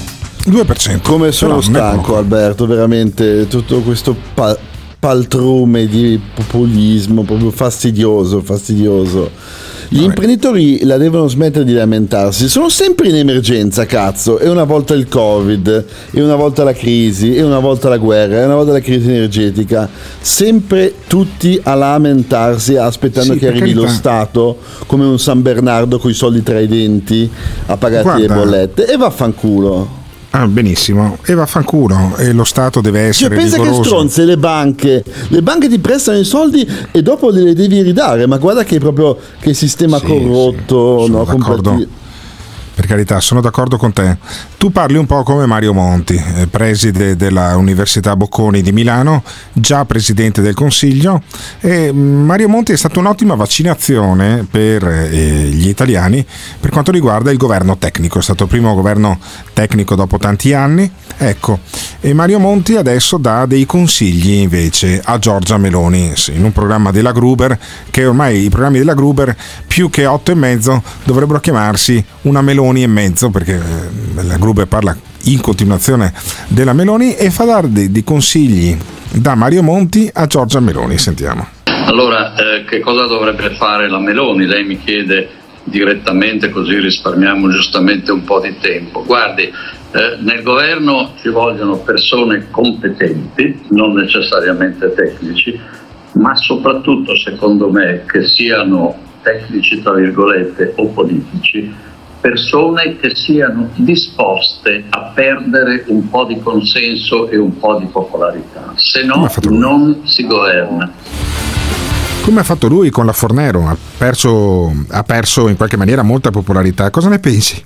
2%. Come sono stanco, Alberto, veramente, tutto questo paltrume di populismo proprio fastidioso. Gli imprenditori la devono smettere di lamentarsi, sono sempre in emergenza, cazzo, e una volta il Covid, e una volta la crisi, e una volta la guerra, e una volta la crisi energetica, sempre tutti a lamentarsi aspettando che arrivi lo Stato come un San Bernardo coi soldi tra i denti a pagarti le bollette, e vaffanculo. Ah, benissimo, e vaffanculo, e lo Stato deve essere pensa rigoroso. Che stronze le banche ti prestano i soldi e dopo le devi ridare, ma guarda che proprio che sistema corrotto, no, Per carità, sono d'accordo con te. Tu parli un po' come Mario Monti, preside della Università Bocconi di Milano, già presidente del Consiglio, e Mario Monti è stata un'ottima vaccinazione per gli italiani per quanto riguarda il governo tecnico. È stato il primo governo tecnico dopo tanti anni. Ecco, e Mario Monti adesso dà dei consigli invece a Giorgia Meloni in un programma della Gruber, che ormai i programmi della Gruber più che 8,5 dovrebbero chiamarsi una Meloni e mezzo, perché la Gruber parla in continuazione della Meloni e fa dare dei consigli da Mario Monti a Giorgia Meloni. Sentiamo. Allora, che cosa dovrebbe fare la Meloni? Lei mi chiede direttamente, così risparmiamo giustamente un po' di tempo. Guardi, nel governo ci vogliono persone competenti, non necessariamente tecnici, ma soprattutto, secondo me, che siano tecnici tra virgolette o politici, persone che siano disposte a perdere un po' di consenso e un po' di popolarità, se no non si governa. Come ha fatto lui con la Fornero, ha perso in qualche maniera molta popolarità. Cosa ne pensi?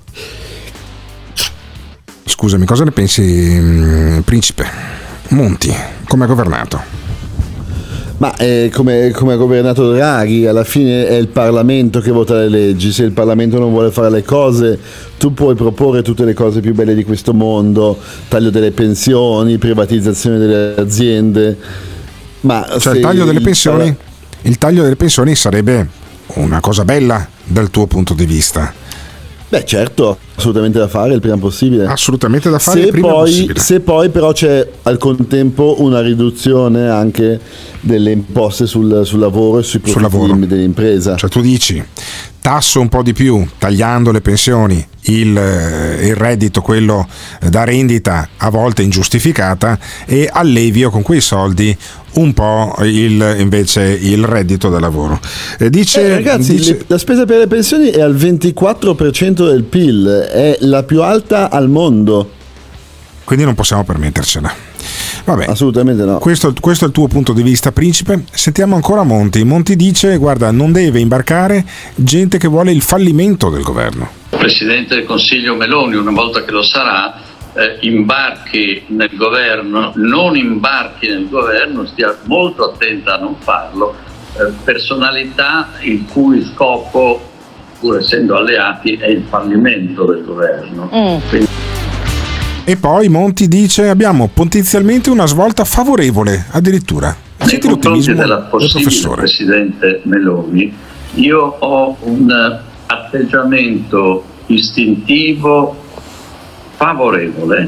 Scusami, cosa ne pensi, Principe Monti? Come ha governato? Ma come ha governato Draghi, alla fine è il Parlamento che vota le leggi. Se il Parlamento non vuole fare le cose, tu puoi proporre tutte le cose più belle di questo mondo, taglio delle pensioni, privatizzazione delle aziende, ma cioè il taglio delle pensioni, il taglio delle pensioni sarebbe una cosa bella dal tuo punto di vista. Beh, certo, assolutamente da fare il prima possibile. Assolutamente da fare il prima possibile. Se poi però c'è al contempo una riduzione anche delle imposte sul lavoro e sui profitti dell'impresa. Cioè tu dici tasso un po' di più, tagliando le pensioni, il reddito, quello da rendita a volte ingiustificata, e allevio con quei soldi un po' invece il reddito da lavoro. Ragazzi, la spesa per le pensioni è al 24% del PIL, è la più alta al mondo. Quindi non possiamo permettercela. Vabbè, assolutamente no. Questo è il tuo punto di vista, Principe. Sentiamo ancora Monti. Monti dice: guarda, non deve imbarcare gente che vuole il fallimento del governo. Presidente del Consiglio Meloni, una volta che lo sarà, imbarchi nel governo, non imbarchi nel governo, stia molto attenta a non farlo, personalità il cui scopo, pur essendo alleati, è il fallimento del governo. Quindi... E poi Monti dice: abbiamo potenzialmente una svolta favorevole, addirittura. Nei confronti della possibile Presidente Meloni, io ho un atteggiamento istintivo favorevole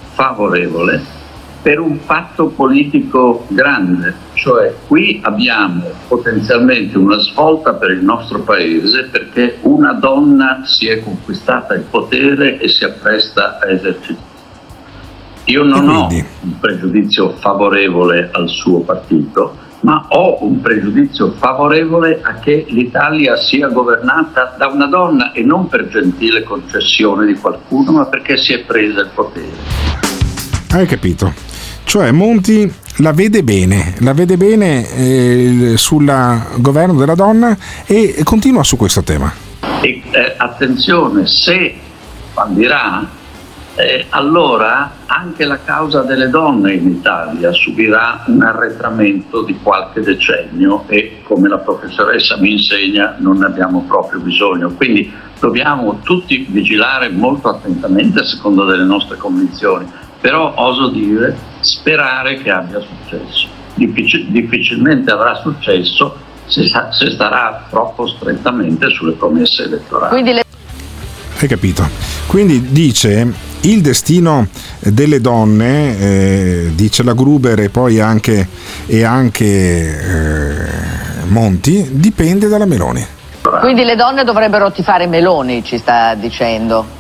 per un patto politico grande, cioè qui abbiamo potenzialmente una svolta per il nostro paese, perché una donna si è conquistata il potere e si appresta a esercitare. Io non ho un pregiudizio favorevole al suo partito, ma ho un pregiudizio favorevole a che l'Italia sia governata da una donna, e non per gentile concessione di qualcuno, ma perché si è presa il potere. Hai capito? Cioè Monti la vede bene sul governo della donna e continua su questo tema. E attenzione, se fallirà, allora anche la causa delle donne in Italia subirà un arretramento di qualche decennio, e come la professoressa mi insegna non ne abbiamo proprio bisogno. Quindi dobbiamo tutti vigilare molto attentamente secondo delle nostre convinzioni, però oso dire, sperare che abbia successo. Difficilmente avrà successo se starà troppo strettamente sulle promesse elettorali. Hai capito? Quindi dice il destino delle donne, dice la Gruber e poi anche Monti, dipende dalla Meloni. Quindi le donne dovrebbero tifare Meloni, ci sta dicendo.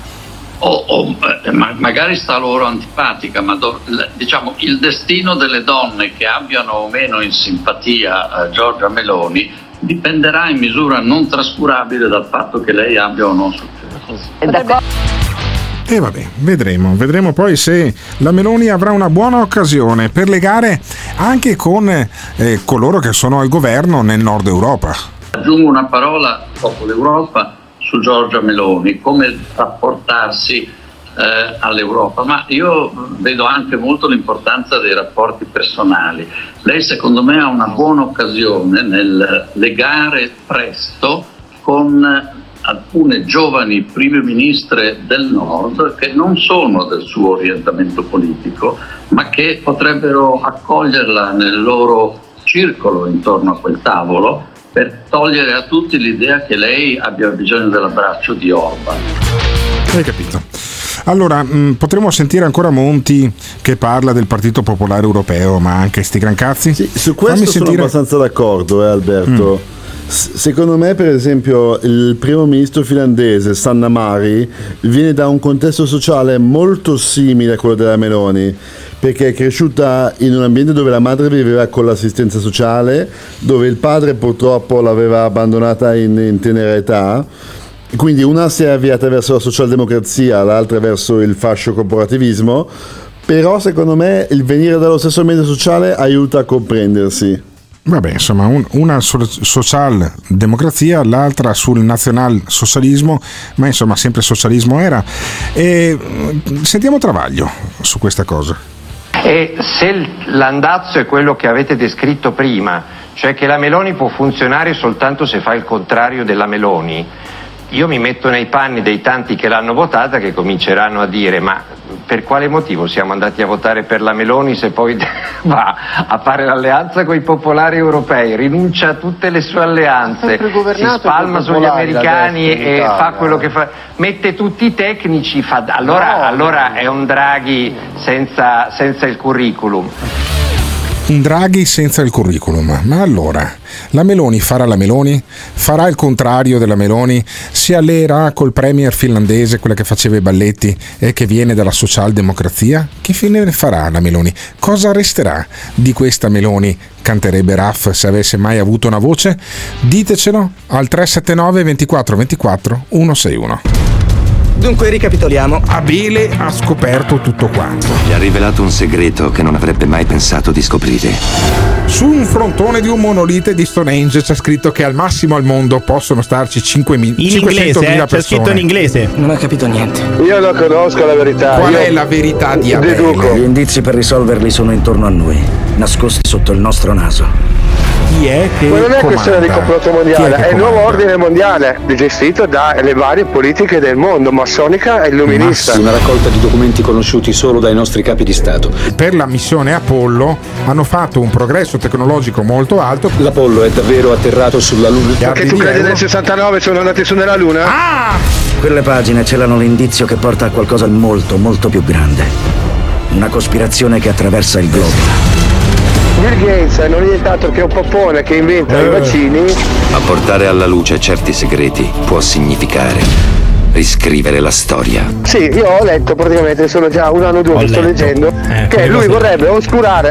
Magari sta loro antipatica, ma diciamo il destino delle donne che abbiano o meno in simpatia Giorgia Meloni dipenderà in misura non trascurabile dal fatto che lei abbia o no successo. E vabbè, vedremo poi se la Meloni avrà una buona occasione per legare anche con coloro che sono al governo nel nord Europa. Aggiungo una parola dopo l'Europa su Giorgia Meloni, come rapportarsi all'Europa, ma io vedo anche molto l'importanza dei rapporti personali. Lei secondo me ha una buona occasione nel legare presto con alcune giovani prime ministre del nord che non sono del suo orientamento politico, ma che potrebbero accoglierla nel loro circolo intorno a quel tavolo per togliere a tutti l'idea che lei abbia bisogno dell'abbraccio di Orban. Hai capito? Allora, potremo sentire ancora Monti che parla del Partito Popolare Europeo, ma anche sti gran cazzi? Sì, su questo sono abbastanza d'accordo, Alberto. Secondo me, per esempio, il primo ministro finlandese, Sanna Marin, viene da un contesto sociale molto simile a quello della Meloni, perché è cresciuta in un ambiente dove la madre viveva con l'assistenza sociale, dove il padre purtroppo l'aveva abbandonata in tenera età. Quindi una si è avviata verso la socialdemocrazia, l'altra verso il fascio corporativismo, però secondo me il venire dallo stesso ambiente sociale aiuta a comprendersi. Vabbè, insomma, una socialdemocrazia, l'altra sul nazionalsocialismo, ma insomma sempre socialismo era. E sentiamo Travaglio su questa cosa. E se l'andazzo è quello che avete descritto prima, cioè che la Meloni può funzionare soltanto se fa il contrario della Meloni, io mi metto nei panni dei tanti che l'hanno votata, che cominceranno a dire: ma per quale motivo siamo andati a votare per la Meloni se poi va a fare l'alleanza con i popolari europei, rinuncia a tutte le sue alleanze, si spalma sugli americani e fa quello che fa, mette tutti i tecnici, allora è un Draghi senza il curriculum. Un Draghi senza il curriculum. Ma allora, la Meloni farà la Meloni? Farà il contrario della Meloni? Si alleerà col premier finlandese, quella che faceva i balletti e che viene dalla socialdemocrazia? Che fine ne farà la Meloni? Cosa resterà di questa Meloni? Canterebbe Raff se avesse mai avuto una voce? Ditecelo al 379 24 24 161. Dunque ricapitoliamo. Abele ha scoperto tutto quanto. Gli ha rivelato un segreto che non avrebbe mai pensato di scoprire. Su un frontone di un monolite di Stonehenge c'è scritto che al massimo al mondo possono starci 500.000 persone. C'è scritto in inglese. Non ho capito niente. Io non conosco la verità. Qual è la verità di Abele? Deduco. Gli indizi per risolverli sono intorno a noi, nascosti sotto il nostro naso. Chi è che ma non è comanda? questione di complotto mondiale, è il nuovo ordine mondiale gestito dalle varie politiche del mondo, massonica e illuminista. Una raccolta di documenti conosciuti solo dai nostri capi di Stato. Per la missione Apollo hanno fatto un progresso tecnologico molto alto. L'Apollo è davvero atterrato sulla Luna. Perché tu credi nel 69 sono andati su nella Luna? Ah! Quelle pagine celano l'indizio che porta a qualcosa di molto, molto più grande. Una cospirazione che attraversa il globo. Bill Gates non è nient'altro che un poppone che inventa i vaccini. Ma portare alla luce certi segreti può significare riscrivere la storia. Sì, io ho letto praticamente, sono già un anno o due che sto leggendo, che lui vorrebbe oscurare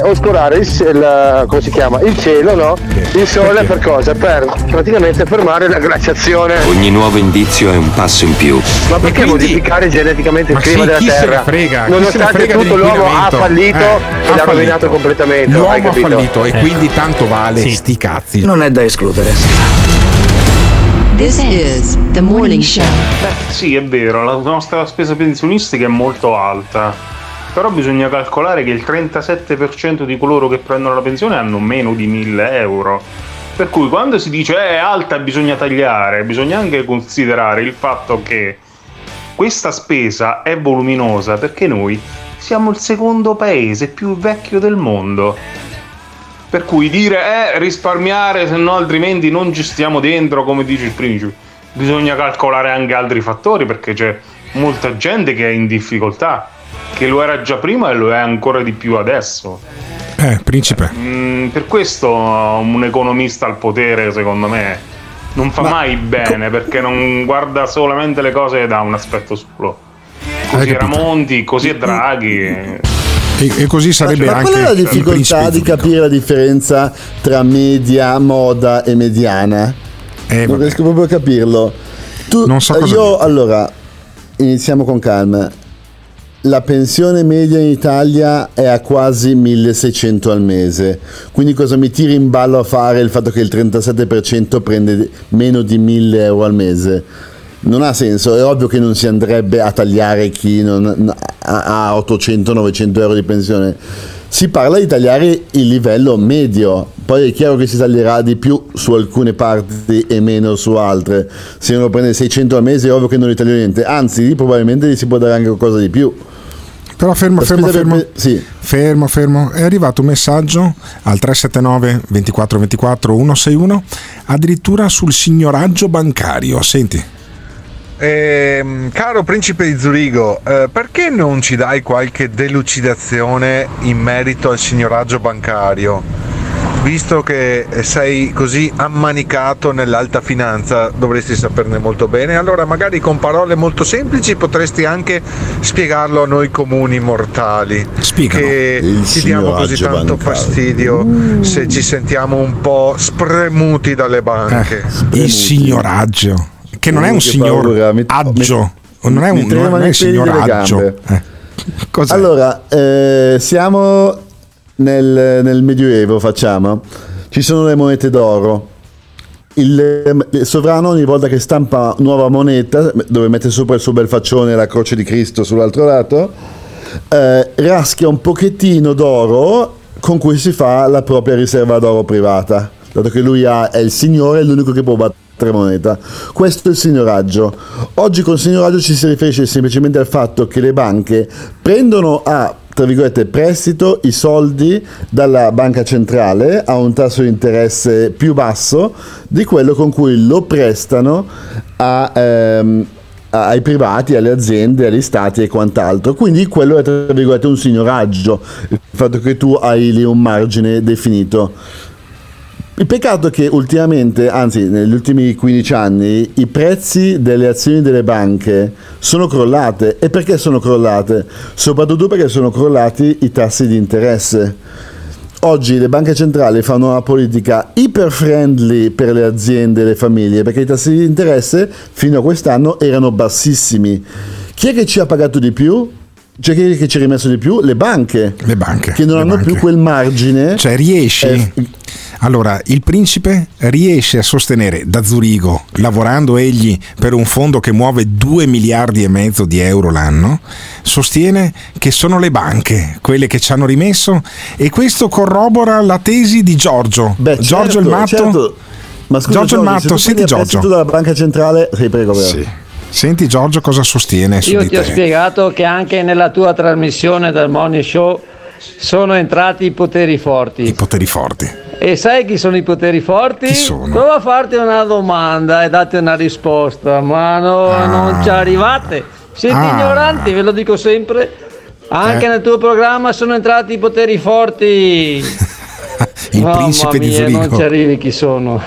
come si chiama? Il cielo, no? Il sole per cosa? Per praticamente fermare la glaciazione. Ogni nuovo indizio è un passo in più. Ma perché modificare geneticamente il clima della Terra? Nonostante tutto l'uomo ha fallito e l'ha rovinato completamente. L'uomo ha fallito e quindi tanto vale sti cazzi. Non è da escludere. This is the morning show. Sì, è vero, la nostra spesa pensionistica è molto alta, però bisogna calcolare che il 37% di coloro che prendono la pensione hanno meno di 1.000 euro. Per cui quando si dice è alta bisogna tagliare, bisogna anche considerare il fatto che questa spesa è voluminosa perché noi siamo il secondo paese più vecchio del mondo. Per cui dire risparmiare, se no altrimenti non ci stiamo dentro, come dice il principe. bisogna calcolare anche altri fattori, perché c'è molta gente che è in difficoltà, che lo era già prima e lo è ancora di più adesso. Principe. Per questo un economista al potere, secondo me, non fa mai bene, perché non guarda solamente le cose da un aspetto solo. Così era Monti, così è Draghi. E così sarebbe anche. Qual è la difficoltà di capire la differenza tra media, moda e mediana? Non riesco proprio a capirlo. Non so cosa io, allora, iniziamo con calma. La pensione media in Italia è a quasi 1.600 al mese, quindi cosa mi tiri in ballo a fare il fatto che il 37% prende meno di 1.000 euro al mese? Non ha senso. È ovvio che non si andrebbe a tagliare chi non ha 800-900 euro di pensione. Si parla di tagliare il livello medio, poi è chiaro che si taglierà di più su alcune parti e meno su altre. Se uno prende 600 al mese è ovvio che non gli taglia niente, anzi probabilmente gli si può dare anche qualcosa di più. Però fermo, è arrivato un messaggio al 379 24 24 161 addirittura sul signoraggio bancario. Senti. Caro principe di Zurigo, perché non ci dai qualche delucidazione in merito al signoraggio bancario? Visto che sei così ammanicato nell'alta finanza, dovresti saperne molto bene. Allora magari con parole molto semplici potresti anche spiegarlo a noi comuni mortali. Spiegalo. Che ci diamo così tanto fastidio se ci sentiamo un po' spremuti dalle banche. Il signoraggio, che non è un signor aggio, non è un signor aggio. Allora, siamo nel Medioevo, ci sono le monete d'oro. Il sovrano ogni volta che stampa nuova moneta, dove mette sopra il suo bel faccione e la croce di Cristo sull'altro lato, raschia un pochettino d'oro con cui si fa la propria riserva d'oro privata, dato che lui è il signore, è l'unico che può battere moneta. Questo è il signoraggio. Oggi con signoraggio ci si riferisce semplicemente al fatto che le banche prendono tra virgolette prestito i soldi dalla banca centrale a un tasso di interesse più basso di quello con cui lo prestano ai privati, alle aziende, agli stati e quant'altro. Quindi quello è tra virgolette un signoraggio, il fatto che tu hai lì un margine definito. Il peccato è che ultimamente, anzi negli ultimi 15 anni, i prezzi delle azioni delle banche sono crollate. E perché sono crollate? Soprattutto perché sono crollati i tassi di interesse. Oggi le banche centrali fanno una politica iper friendly per le aziende e le famiglie, perché i tassi di interesse fino a quest'anno erano bassissimi. Chi è che ci ha pagato di più? Cioè chi è che ci ha rimesso di più? Le banche che non hanno più quel margine. Cioè riesci allora il principe riesce a sostenere da Zurigo, lavorando egli per un fondo che muove 2 miliardi e mezzo di euro l'anno, sostiene che sono le banche quelle che ci hanno rimesso, e questo corrobora la tesi di Giorgio. Giorgio il Matto. Certo. Ma scusa, Giorgio il Matto, senti Giorgio. Dalla banca centrale, prego. Sì. Senti Giorgio cosa sostiene su Io di ti ho te. spiegato che anche nella tua trasmissione del Morning Show sono entrati i poteri forti. I poteri forti. E sai chi sono i poteri forti? Chi sono? Prova a farti una domanda e date una risposta, ma non ci arrivate. Siete ignoranti, ve lo dico sempre. Anche nel tuo programma sono entrati i poteri forti. Il principe di Zurigo. Non ci arrivi chi sono.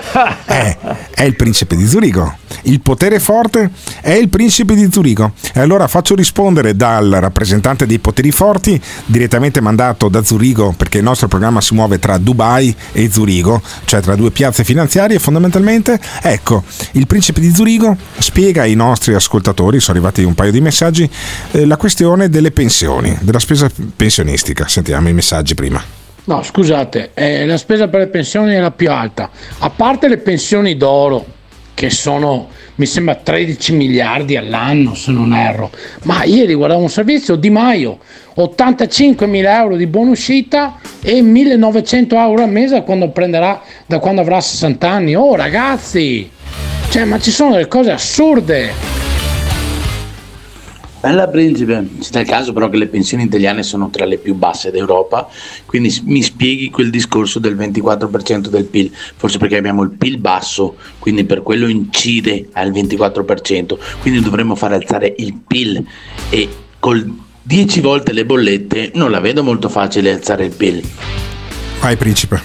È il principe di Zurigo. Il potere forte è il principe di Zurigo. E allora faccio rispondere dal rappresentante dei poteri forti, direttamente mandato da Zurigo, perché il nostro programma si muove tra Dubai e Zurigo, cioè tra due piazze finanziarie fondamentalmente. Ecco, il principe di Zurigo spiega ai nostri ascoltatori, sono arrivati un paio di messaggi, la questione delle pensioni, della spesa pensionistica. Sentiamo i messaggi prima. No, scusate, la spesa per le pensioni è la più alta, a parte le pensioni d'oro, che sono, mi sembra, 13 miliardi all'anno, se non erro. Ma ieri guardavo un servizio, Di Maio, 85.000 euro di buona uscita e 1.900 euro al mese da quando avrà 60 anni. Oh ragazzi, cioè, ma ci sono delle cose assurde. Bella Principe, c'è il caso però che le pensioni italiane sono tra le più basse d'Europa, quindi mi spieghi quel discorso del 24% del PIL, forse perché abbiamo il PIL basso, quindi per quello incide al 24%, quindi dovremmo far alzare il PIL e col 10 volte le bollette non la vedo molto facile alzare il PIL. Vai Principe.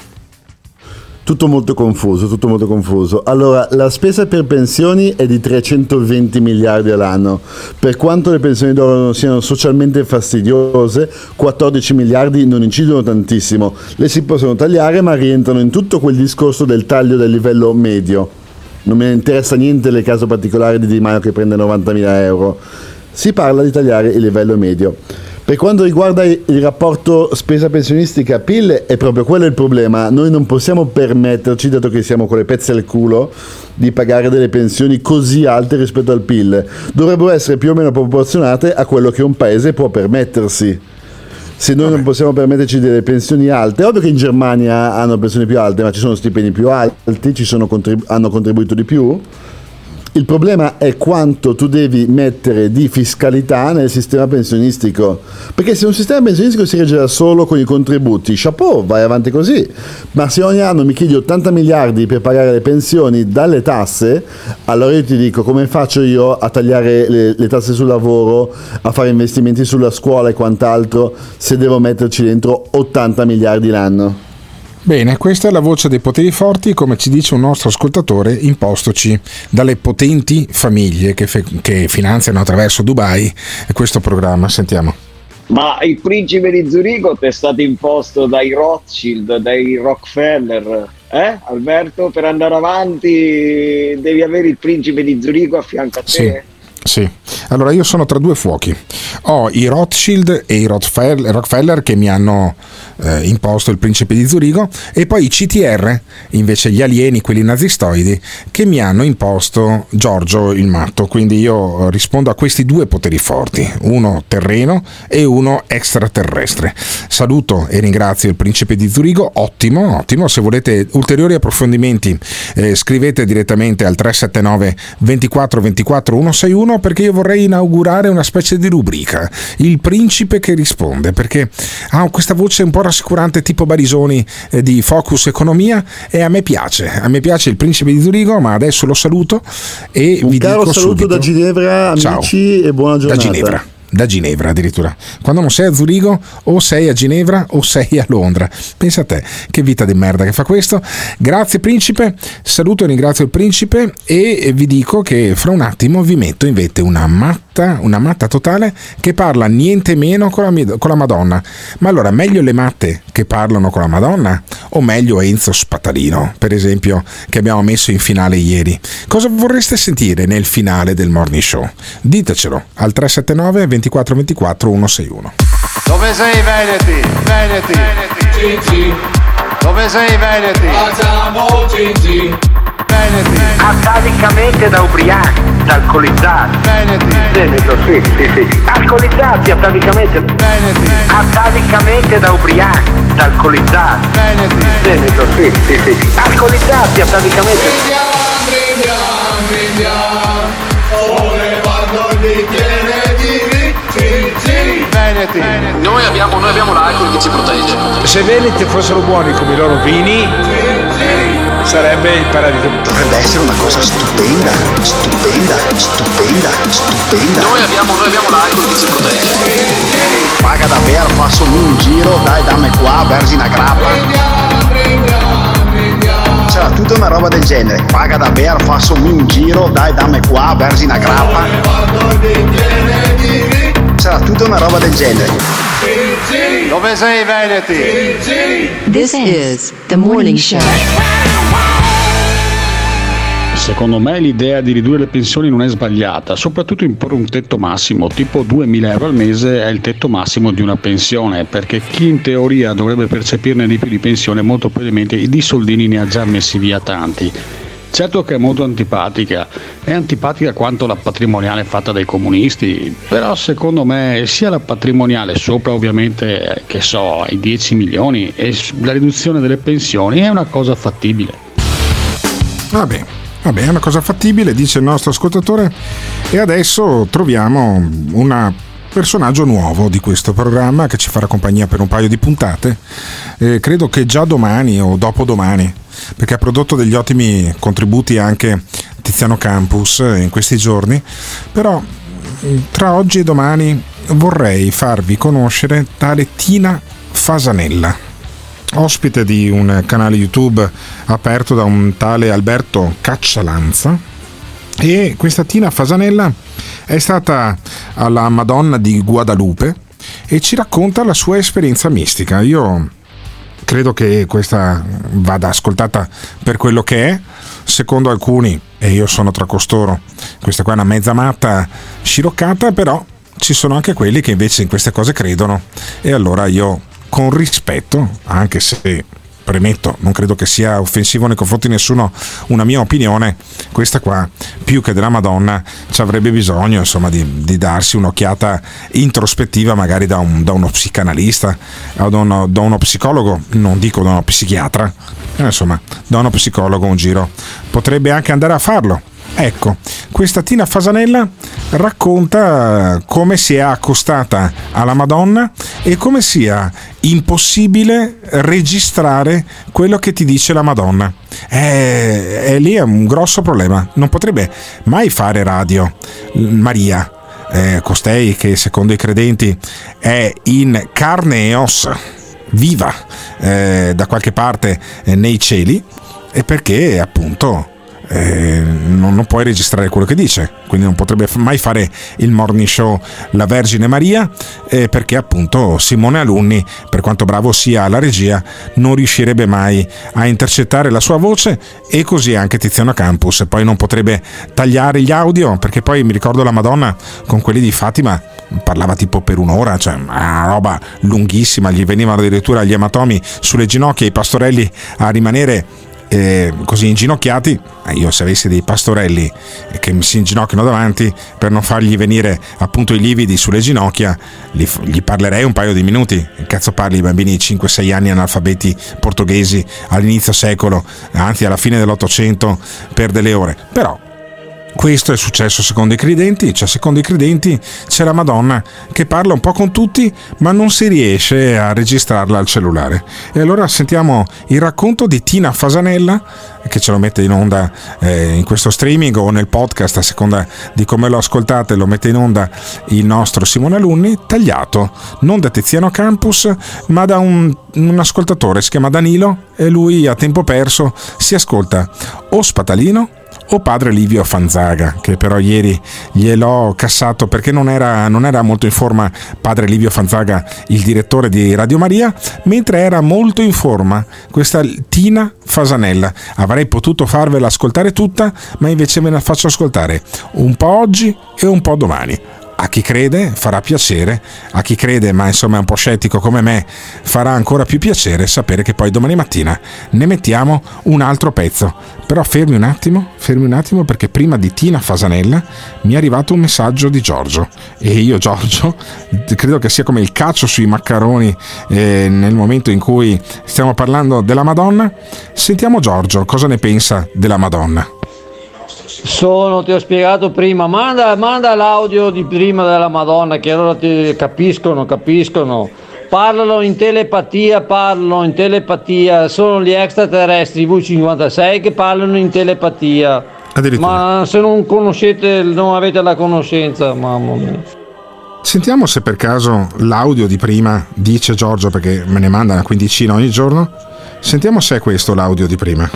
Tutto molto confuso. Allora, la spesa per pensioni è di 320 miliardi all'anno. Per quanto le pensioni d'oro non siano socialmente fastidiose, 14 miliardi non incidono tantissimo. Le si possono tagliare, ma rientrano in tutto quel discorso del taglio del livello medio. Non me ne interessa niente il caso particolare di Di Maio che prende 90.000 euro. Si parla di tagliare il livello medio. Per quanto riguarda il rapporto spesa pensionistica PIL, è proprio quello il problema. Noi non possiamo permetterci, dato che siamo con le pezze al culo, di pagare delle pensioni così alte rispetto al PIL. Dovrebbero essere più o meno proporzionate a quello che un paese può permettersi. Se noi non possiamo permetterci delle pensioni alte, è ovvio che in Germania hanno pensioni più alte, ma ci sono stipendi più alti, hanno contribuito di più. Il problema è quanto tu devi mettere di fiscalità nel sistema pensionistico, perché se un sistema pensionistico si regge da solo con i contributi, chapeau, vai avanti così, ma se ogni anno mi chiedi 80 miliardi per pagare le pensioni dalle tasse, allora io ti dico come faccio io a tagliare le tasse sul lavoro, a fare investimenti sulla scuola e quant'altro se devo metterci dentro 80 miliardi l'anno. Bene, questa è la voce dei poteri forti, come ci dice un nostro ascoltatore, impostoci dalle potenti famiglie che finanziano attraverso Dubai questo programma. Sentiamo. Ma il principe di Zurigo ti è stato imposto dai Rothschild, dai Rockefeller, Alberto? Per andare avanti devi avere il principe di Zurigo a fianco a te? Sì, allora io sono tra due fuochi. Ho i Rothschild e i Rockefeller che mi hanno imposto il principe di Zurigo, e poi i CTR, invece gli alieni, quelli nazistoidi, che mi hanno imposto Giorgio il Matto. Quindi io rispondo a questi due poteri forti, uno terreno e uno extraterrestre. Saluto e ringrazio il principe di Zurigo, ottimo. Se volete ulteriori approfondimenti scrivete direttamente al 379 24 24 161, perché io vorrei inaugurare una specie di rubrica, il principe che risponde, perché ha questa voce un po' rassicurante tipo Barisoni di Focus Economia, e a me piace il principe di Zurigo. Ma adesso lo saluto e vi dico caro saluto subito da Ginevra, amici. Ciao. E buona giornata. Da Ginevra addirittura. Quando non sei a Zurigo, o sei a Ginevra o sei a Londra. Pensa a te, che vita di merda che fa questo. Grazie principe, saluto e ringrazio il principe, e vi dico che fra un attimo vi metto in vette una matta totale che parla niente meno con la Madonna. Ma allora, meglio le matte che parlano con la Madonna o meglio Enzo Spattalino, per esempio, che abbiamo messo in finale ieri? Cosa vorreste sentire nel finale del Morning Show? Ditecelo al 379 24 24 161. Dove sei Veneti? Gigi. Dove sei Veneti? Facciamo Gigi. Veneti. Atavicamente da ubriachi, da alcolizzati. Veneto, sì. Alcolizzati atavicamente. Veneti. Atavicamente da ubriachi, da alcolizzati. Veneto, sì. Alcolizzati atavicamente. Brindiamo. Sollevando il bicchiere di Veneti. Noi abbiamo l'alcol che ci protegge. Se Veneti fossero buoni come i loro vini, sarebbe il paradiso. Dovrebbe essere una cosa stupenda. Noi abbiamo l'alcol che ci protegge. Paga davvero, fammi un giro, dai dammi qua, versi una grappa. C'era tutta una roba del genere. Paga davvero, fammi un giro, dai dammi qua, versi una grappa. C'era tutta una roba del genere. Dove sei Veneti? This is the morning show. Secondo me l'idea di ridurre le pensioni non è sbagliata, soprattutto imporre un tetto massimo, tipo 2.000 euro al mese è il tetto massimo di una pensione, perché chi in teoria dovrebbe percepirne di più di pensione molto probabilmente di soldini ne ha già messi via tanti. Certo che è molto antipatica, è antipatica quanto la patrimoniale fatta dai comunisti, però secondo me sia la patrimoniale sopra ovviamente, che so, ai 10 milioni e la riduzione delle pensioni è una cosa fattibile. Vabbè, Vabbè, è una cosa fattibile, dice il nostro ascoltatore. E adesso troviamo un personaggio nuovo di questo programma che ci farà compagnia per un paio di puntate. Credo che già domani o dopodomani, perché ha prodotto degli ottimi contributi anche Tiziano Campus in questi giorni. Però tra oggi e domani vorrei farvi conoscere tale Tina Fasanella, ospite di un canale YouTube aperto da un tale Alberto Caccialanza. E questa Tina Fasanella è stata alla Madonna di Guadalupe e ci racconta la sua esperienza mistica. Io credo che questa vada ascoltata per quello che è. Secondo alcuni, e io sono tra costoro, questa qua è una mezza matta sciroccata, però ci sono anche quelli che invece in queste cose credono, e allora io, con rispetto, anche se premetto, non credo che sia offensivo nei confronti di nessuno una mia opinione, questa qua, più che della Madonna, ci avrebbe bisogno, insomma, di darsi un'occhiata introspettiva, magari da uno psicanalista o da uno psicologo, non dico da uno psichiatra, insomma, da uno psicologo un giro potrebbe anche andare a farlo. Ecco, questa Tina Fasanella racconta come si è accostata alla Madonna e come sia impossibile registrare quello che ti dice la Madonna. Lì è un grosso problema, non potrebbe mai fare radio Maria, costei che secondo i credenti è in carne e ossa, viva da qualche parte nei cieli, e perché appunto non puoi registrare quello che dice, quindi non potrebbe mai fare il morning show la Vergine Maria, perché appunto Simone Alunni, per quanto bravo sia alla regia, non riuscirebbe mai a intercettare la sua voce, e così anche Tiziano Campus poi non potrebbe tagliare gli audio, perché poi mi ricordo la Madonna con quelli di Fatima parlava tipo per un'ora, cioè una roba lunghissima, gli venivano addirittura gli ematomi sulle ginocchia, i pastorelli a rimanere così inginocchiati. Io, se avessi dei pastorelli che mi si inginocchiano davanti, per non fargli venire appunto i lividi sulle ginocchia, gli parlerei un paio di minuti. Che cazzo parli ai bambini di 5-6 anni analfabeti portoghesi all'inizio secolo, anzi alla fine dell'Ottocento, per delle ore? Però questo è successo secondo i credenti, cioè secondo i credenti c'è la Madonna che parla un po' con tutti, ma non si riesce a registrarla al cellulare. E allora sentiamo il racconto di Tina Fasanella, che ce lo mette in onda in questo streaming o nel podcast, a seconda di come lo ascoltate, lo mette in onda il nostro Simone Alunni, tagliato non da Tiziano Campus ma da un ascoltatore, si chiama Danilo, e lui a tempo perso si ascolta o Spatalino o Padre Livio Fanzaga, che però ieri gliel'ho cassato perché non era molto in forma Padre Livio Fanzaga, il direttore di Radio Maria, mentre era molto in forma questa Tina Fasanella. Avrei potuto farvela ascoltare tutta, ma invece me la faccio ascoltare un po' oggi e un po' domani. A chi crede farà piacere, a chi crede ma insomma è un po' scettico come me farà ancora più piacere sapere che poi domani mattina ne mettiamo un altro pezzo. Però fermi un attimo, perché prima di Tina Fasanella mi è arrivato un messaggio di Giorgio, e io Giorgio credo che sia come il calcio sui maccheroni nel momento in cui stiamo parlando della Madonna. Sentiamo Giorgio cosa ne pensa della Madonna. Ti ho spiegato prima, manda l'audio di prima della Madonna, che allora ti capiscono. Parlano in telepatia, sono gli extraterrestri V56 che parlano in telepatia. Ma se non conoscete, non avete la conoscenza, mamma mia. Sentiamo se per caso l'audio di prima, dice Giorgio, perché me ne manda una quindicina ogni giorno. Sentiamo se è questo l'audio di prima.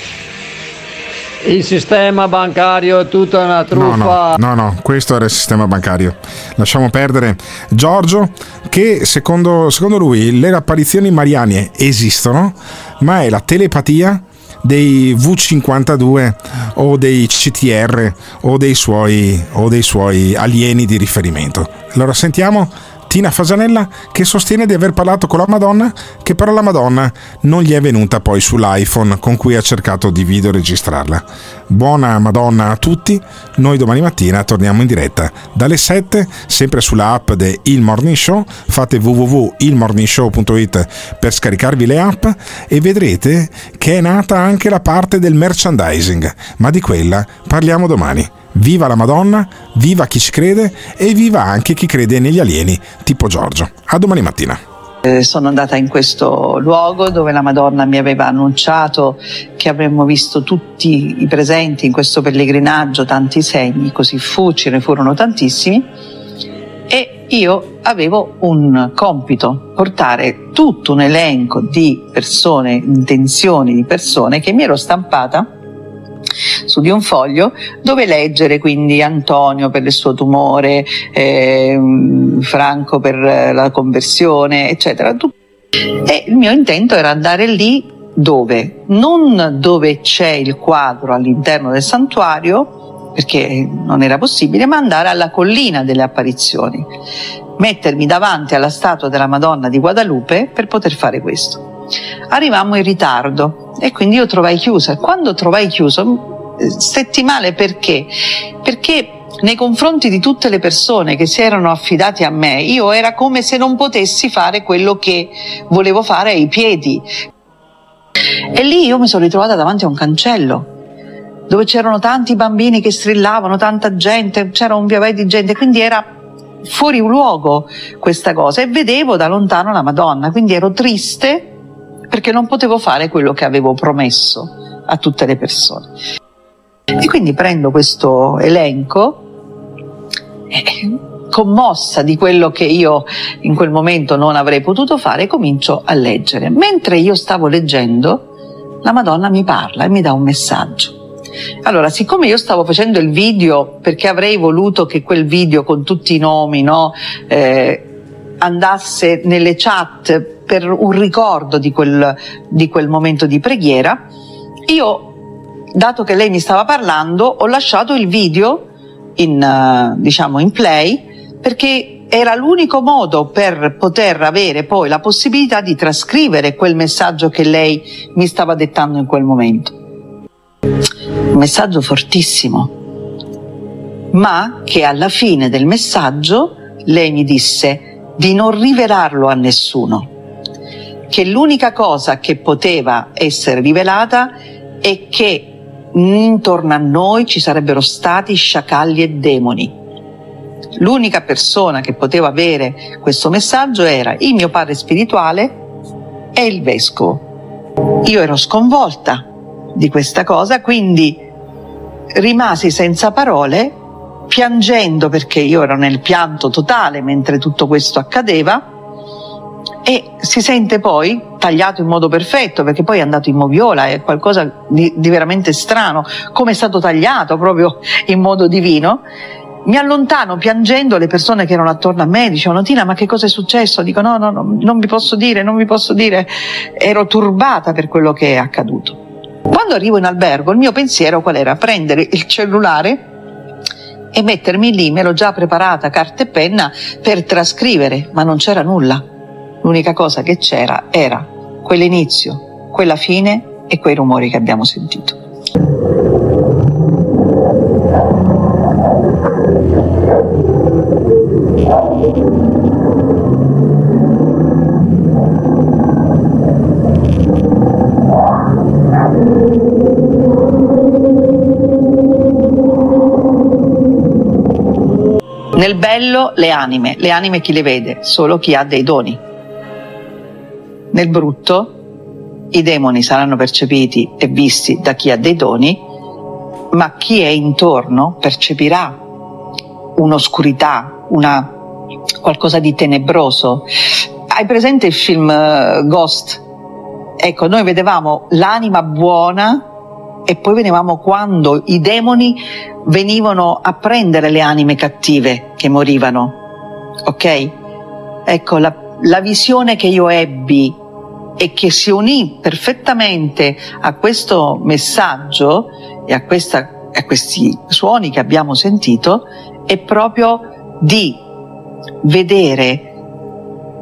Il sistema bancario è tutta una truffa. No, questo era il sistema bancario. Lasciamo perdere Giorgio, che secondo lui le apparizioni mariane esistono, ma è la telepatia dei V52 o dei CTR o dei suoi alieni di riferimento. Allora sentiamo Tina Fasanella, che sostiene di aver parlato con la Madonna, che però la Madonna non gli è venuta poi sull'iPhone con cui ha cercato di videoregistrarla. Buona Madonna a tutti, noi domani mattina torniamo in diretta dalle 7, sempre sulla app di Il Morning Show, fate www.ilmorningshow.it per scaricarvi le app e vedrete che è nata anche la parte del merchandising, ma di quella parliamo domani. Viva la Madonna, viva chi ci crede e viva anche chi crede negli alieni, tipo Giorgio. A domani mattina. Sono andata in questo luogo dove la Madonna mi aveva annunciato che avremmo visto tutti i presenti in questo pellegrinaggio, tanti segni, così fu, ce ne furono tantissimi, e io avevo un compito, portare tutto un elenco di persone, intenzioni di persone che mi ero stampata su di un foglio, dove leggere quindi Antonio per il suo tumore, Franco per la conversione, eccetera. E il mio intento era andare lì dove? Non dove c'è il quadro all'interno del santuario, perché non era possibile, ma andare alla collina delle apparizioni, mettermi davanti alla statua della Madonna di Guadalupe per poter fare questo. Arrivammo in ritardo e quindi io trovai chiuso, e quando trovai chiuso stetti male. Perché nei confronti di tutte le persone che si erano affidate a me, io era come se non potessi fare quello che volevo fare ai piedi, e lì io mi sono ritrovata davanti a un cancello dove c'erano tanti bambini che strillavano, tanta gente, c'era un via vai di gente, quindi era fuori luogo questa cosa, e vedevo da lontano la Madonna, quindi ero triste perché non potevo fare quello che avevo promesso a tutte le persone. E quindi prendo questo elenco, commossa di quello che io in quel momento non avrei potuto fare, e comincio a leggere. Mentre io stavo leggendo, la Madonna mi parla e mi dà un messaggio. Allora, siccome io stavo facendo il video perché avrei voluto che quel video con tutti i nomi, no, andasse nelle chat per un ricordo di quel momento di preghiera, io, dato che lei mi stava parlando, ho lasciato il video in play, perché era l'unico modo per poter avere poi la possibilità di trascrivere quel messaggio che lei mi stava dettando in quel momento. Un messaggio fortissimo, ma che alla fine del messaggio lei mi disse di non rivelarlo a nessuno, che l'unica cosa che poteva essere rivelata è che intorno a noi ci sarebbero stati sciacalli e demoni. L'unica persona che poteva avere questo messaggio era il mio padre spirituale e il vescovo. Io ero sconvolta di questa cosa, quindi rimasi senza parole, piangendo, perché io ero nel pianto totale mentre tutto questo accadeva. E si sente poi tagliato in modo perfetto, perché poi è andato in moviola, è qualcosa di veramente strano, come è stato tagliato proprio in modo divino. Mi allontano piangendo, le persone che erano attorno a me dicevano: Tina, ma che cosa è successo? Dico no, non vi posso dire, ero turbata per quello che è accaduto. Quando arrivo in albergo, il mio pensiero qual era? Prendere il cellulare e mettermi lì, me l'ho già preparata carta e penna per trascrivere, ma non c'era nulla. L'unica cosa che c'era era quell'inizio, quella fine e quei rumori che abbiamo sentito. Nel bello le anime chi le vede? Solo chi ha dei doni. Nel brutto i demoni saranno percepiti e visti da chi ha dei doni, ma chi è intorno percepirà un'oscurità, qualcosa di tenebroso. Hai presente il film Ghost? Ecco, noi vedevamo l'anima buona e poi vedevamo quando i demoni venivano a prendere le anime cattive che morivano. Ok? Ecco, la visione che io ebbi e che si unì perfettamente a questo messaggio e a questi suoni che abbiamo sentito è proprio di vedere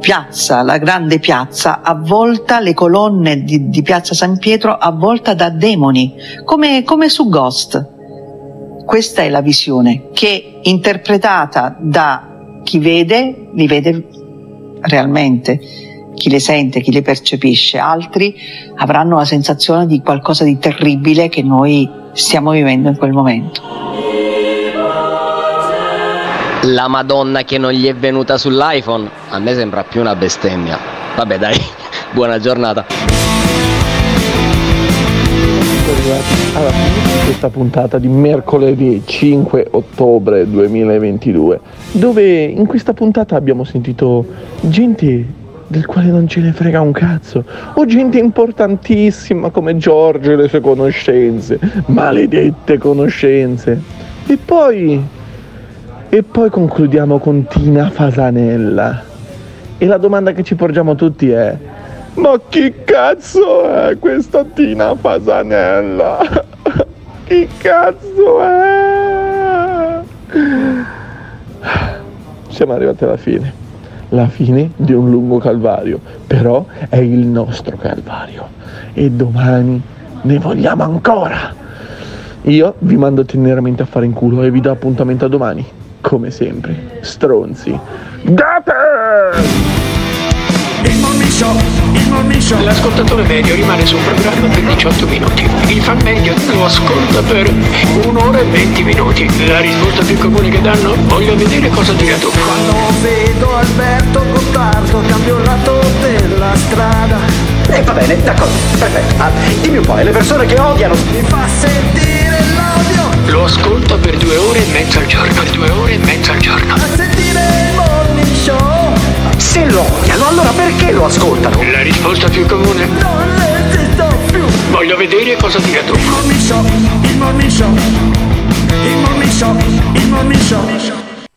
piazza, la grande piazza, avvolta, le colonne di Piazza San Pietro avvolta da demoni, come su Ghost. Questa è la visione che, interpretata da chi vede, li vede realmente, chi le sente, chi le percepisce. Altri avranno la sensazione di qualcosa di terribile che noi stiamo vivendo in quel momento. La Madonna che non gli è venuta sull'iPhone, a me sembra più una bestemmia. Vabbè dai, buona giornata. Alla fine di questa puntata di mercoledì 5 ottobre 2022, dove in questa puntata abbiamo sentito gente del quale non ce ne frega un cazzo, o gente importantissima come Giorgio e le sue conoscenze, maledette conoscenze, e poi concludiamo con Tina Fasanella, e la domanda che ci porgiamo tutti è: ma chi cazzo è questa Tina Fasanella? Chi cazzo è? Siamo arrivati alla fine. La fine di un lungo calvario, però è il nostro calvario. E domani ne vogliamo ancora. Io vi mando teneramente a fare in culo e vi do appuntamento a domani. Come sempre, stronzi. Date! Il Morning Show. L'ascoltatore medio rimane sul programma per 18 minuti. Il fan medio lo ascolta per 1 ora e 20 minuti. La risposta più comune che danno: voglio vedere cosa dirà tu. Quando vedo Alberto Gottardo cambio il lato della strada. Va bene, d'accordo, perfetto. Dimmi un po', le persone che odiano mi fa sentire l'odio. Lo ascolta per 2 ore e mezza al giorno. Per 2 ore e mezza al giorno. A sentire il Morning Show. Se lo odiano, allora perché lo ascoltano? La risposta più comune: non esisto più. Voglio vedere cosa dirà tu. Il Morning Show, il Morning Show, il Morning Show, il Morning Show.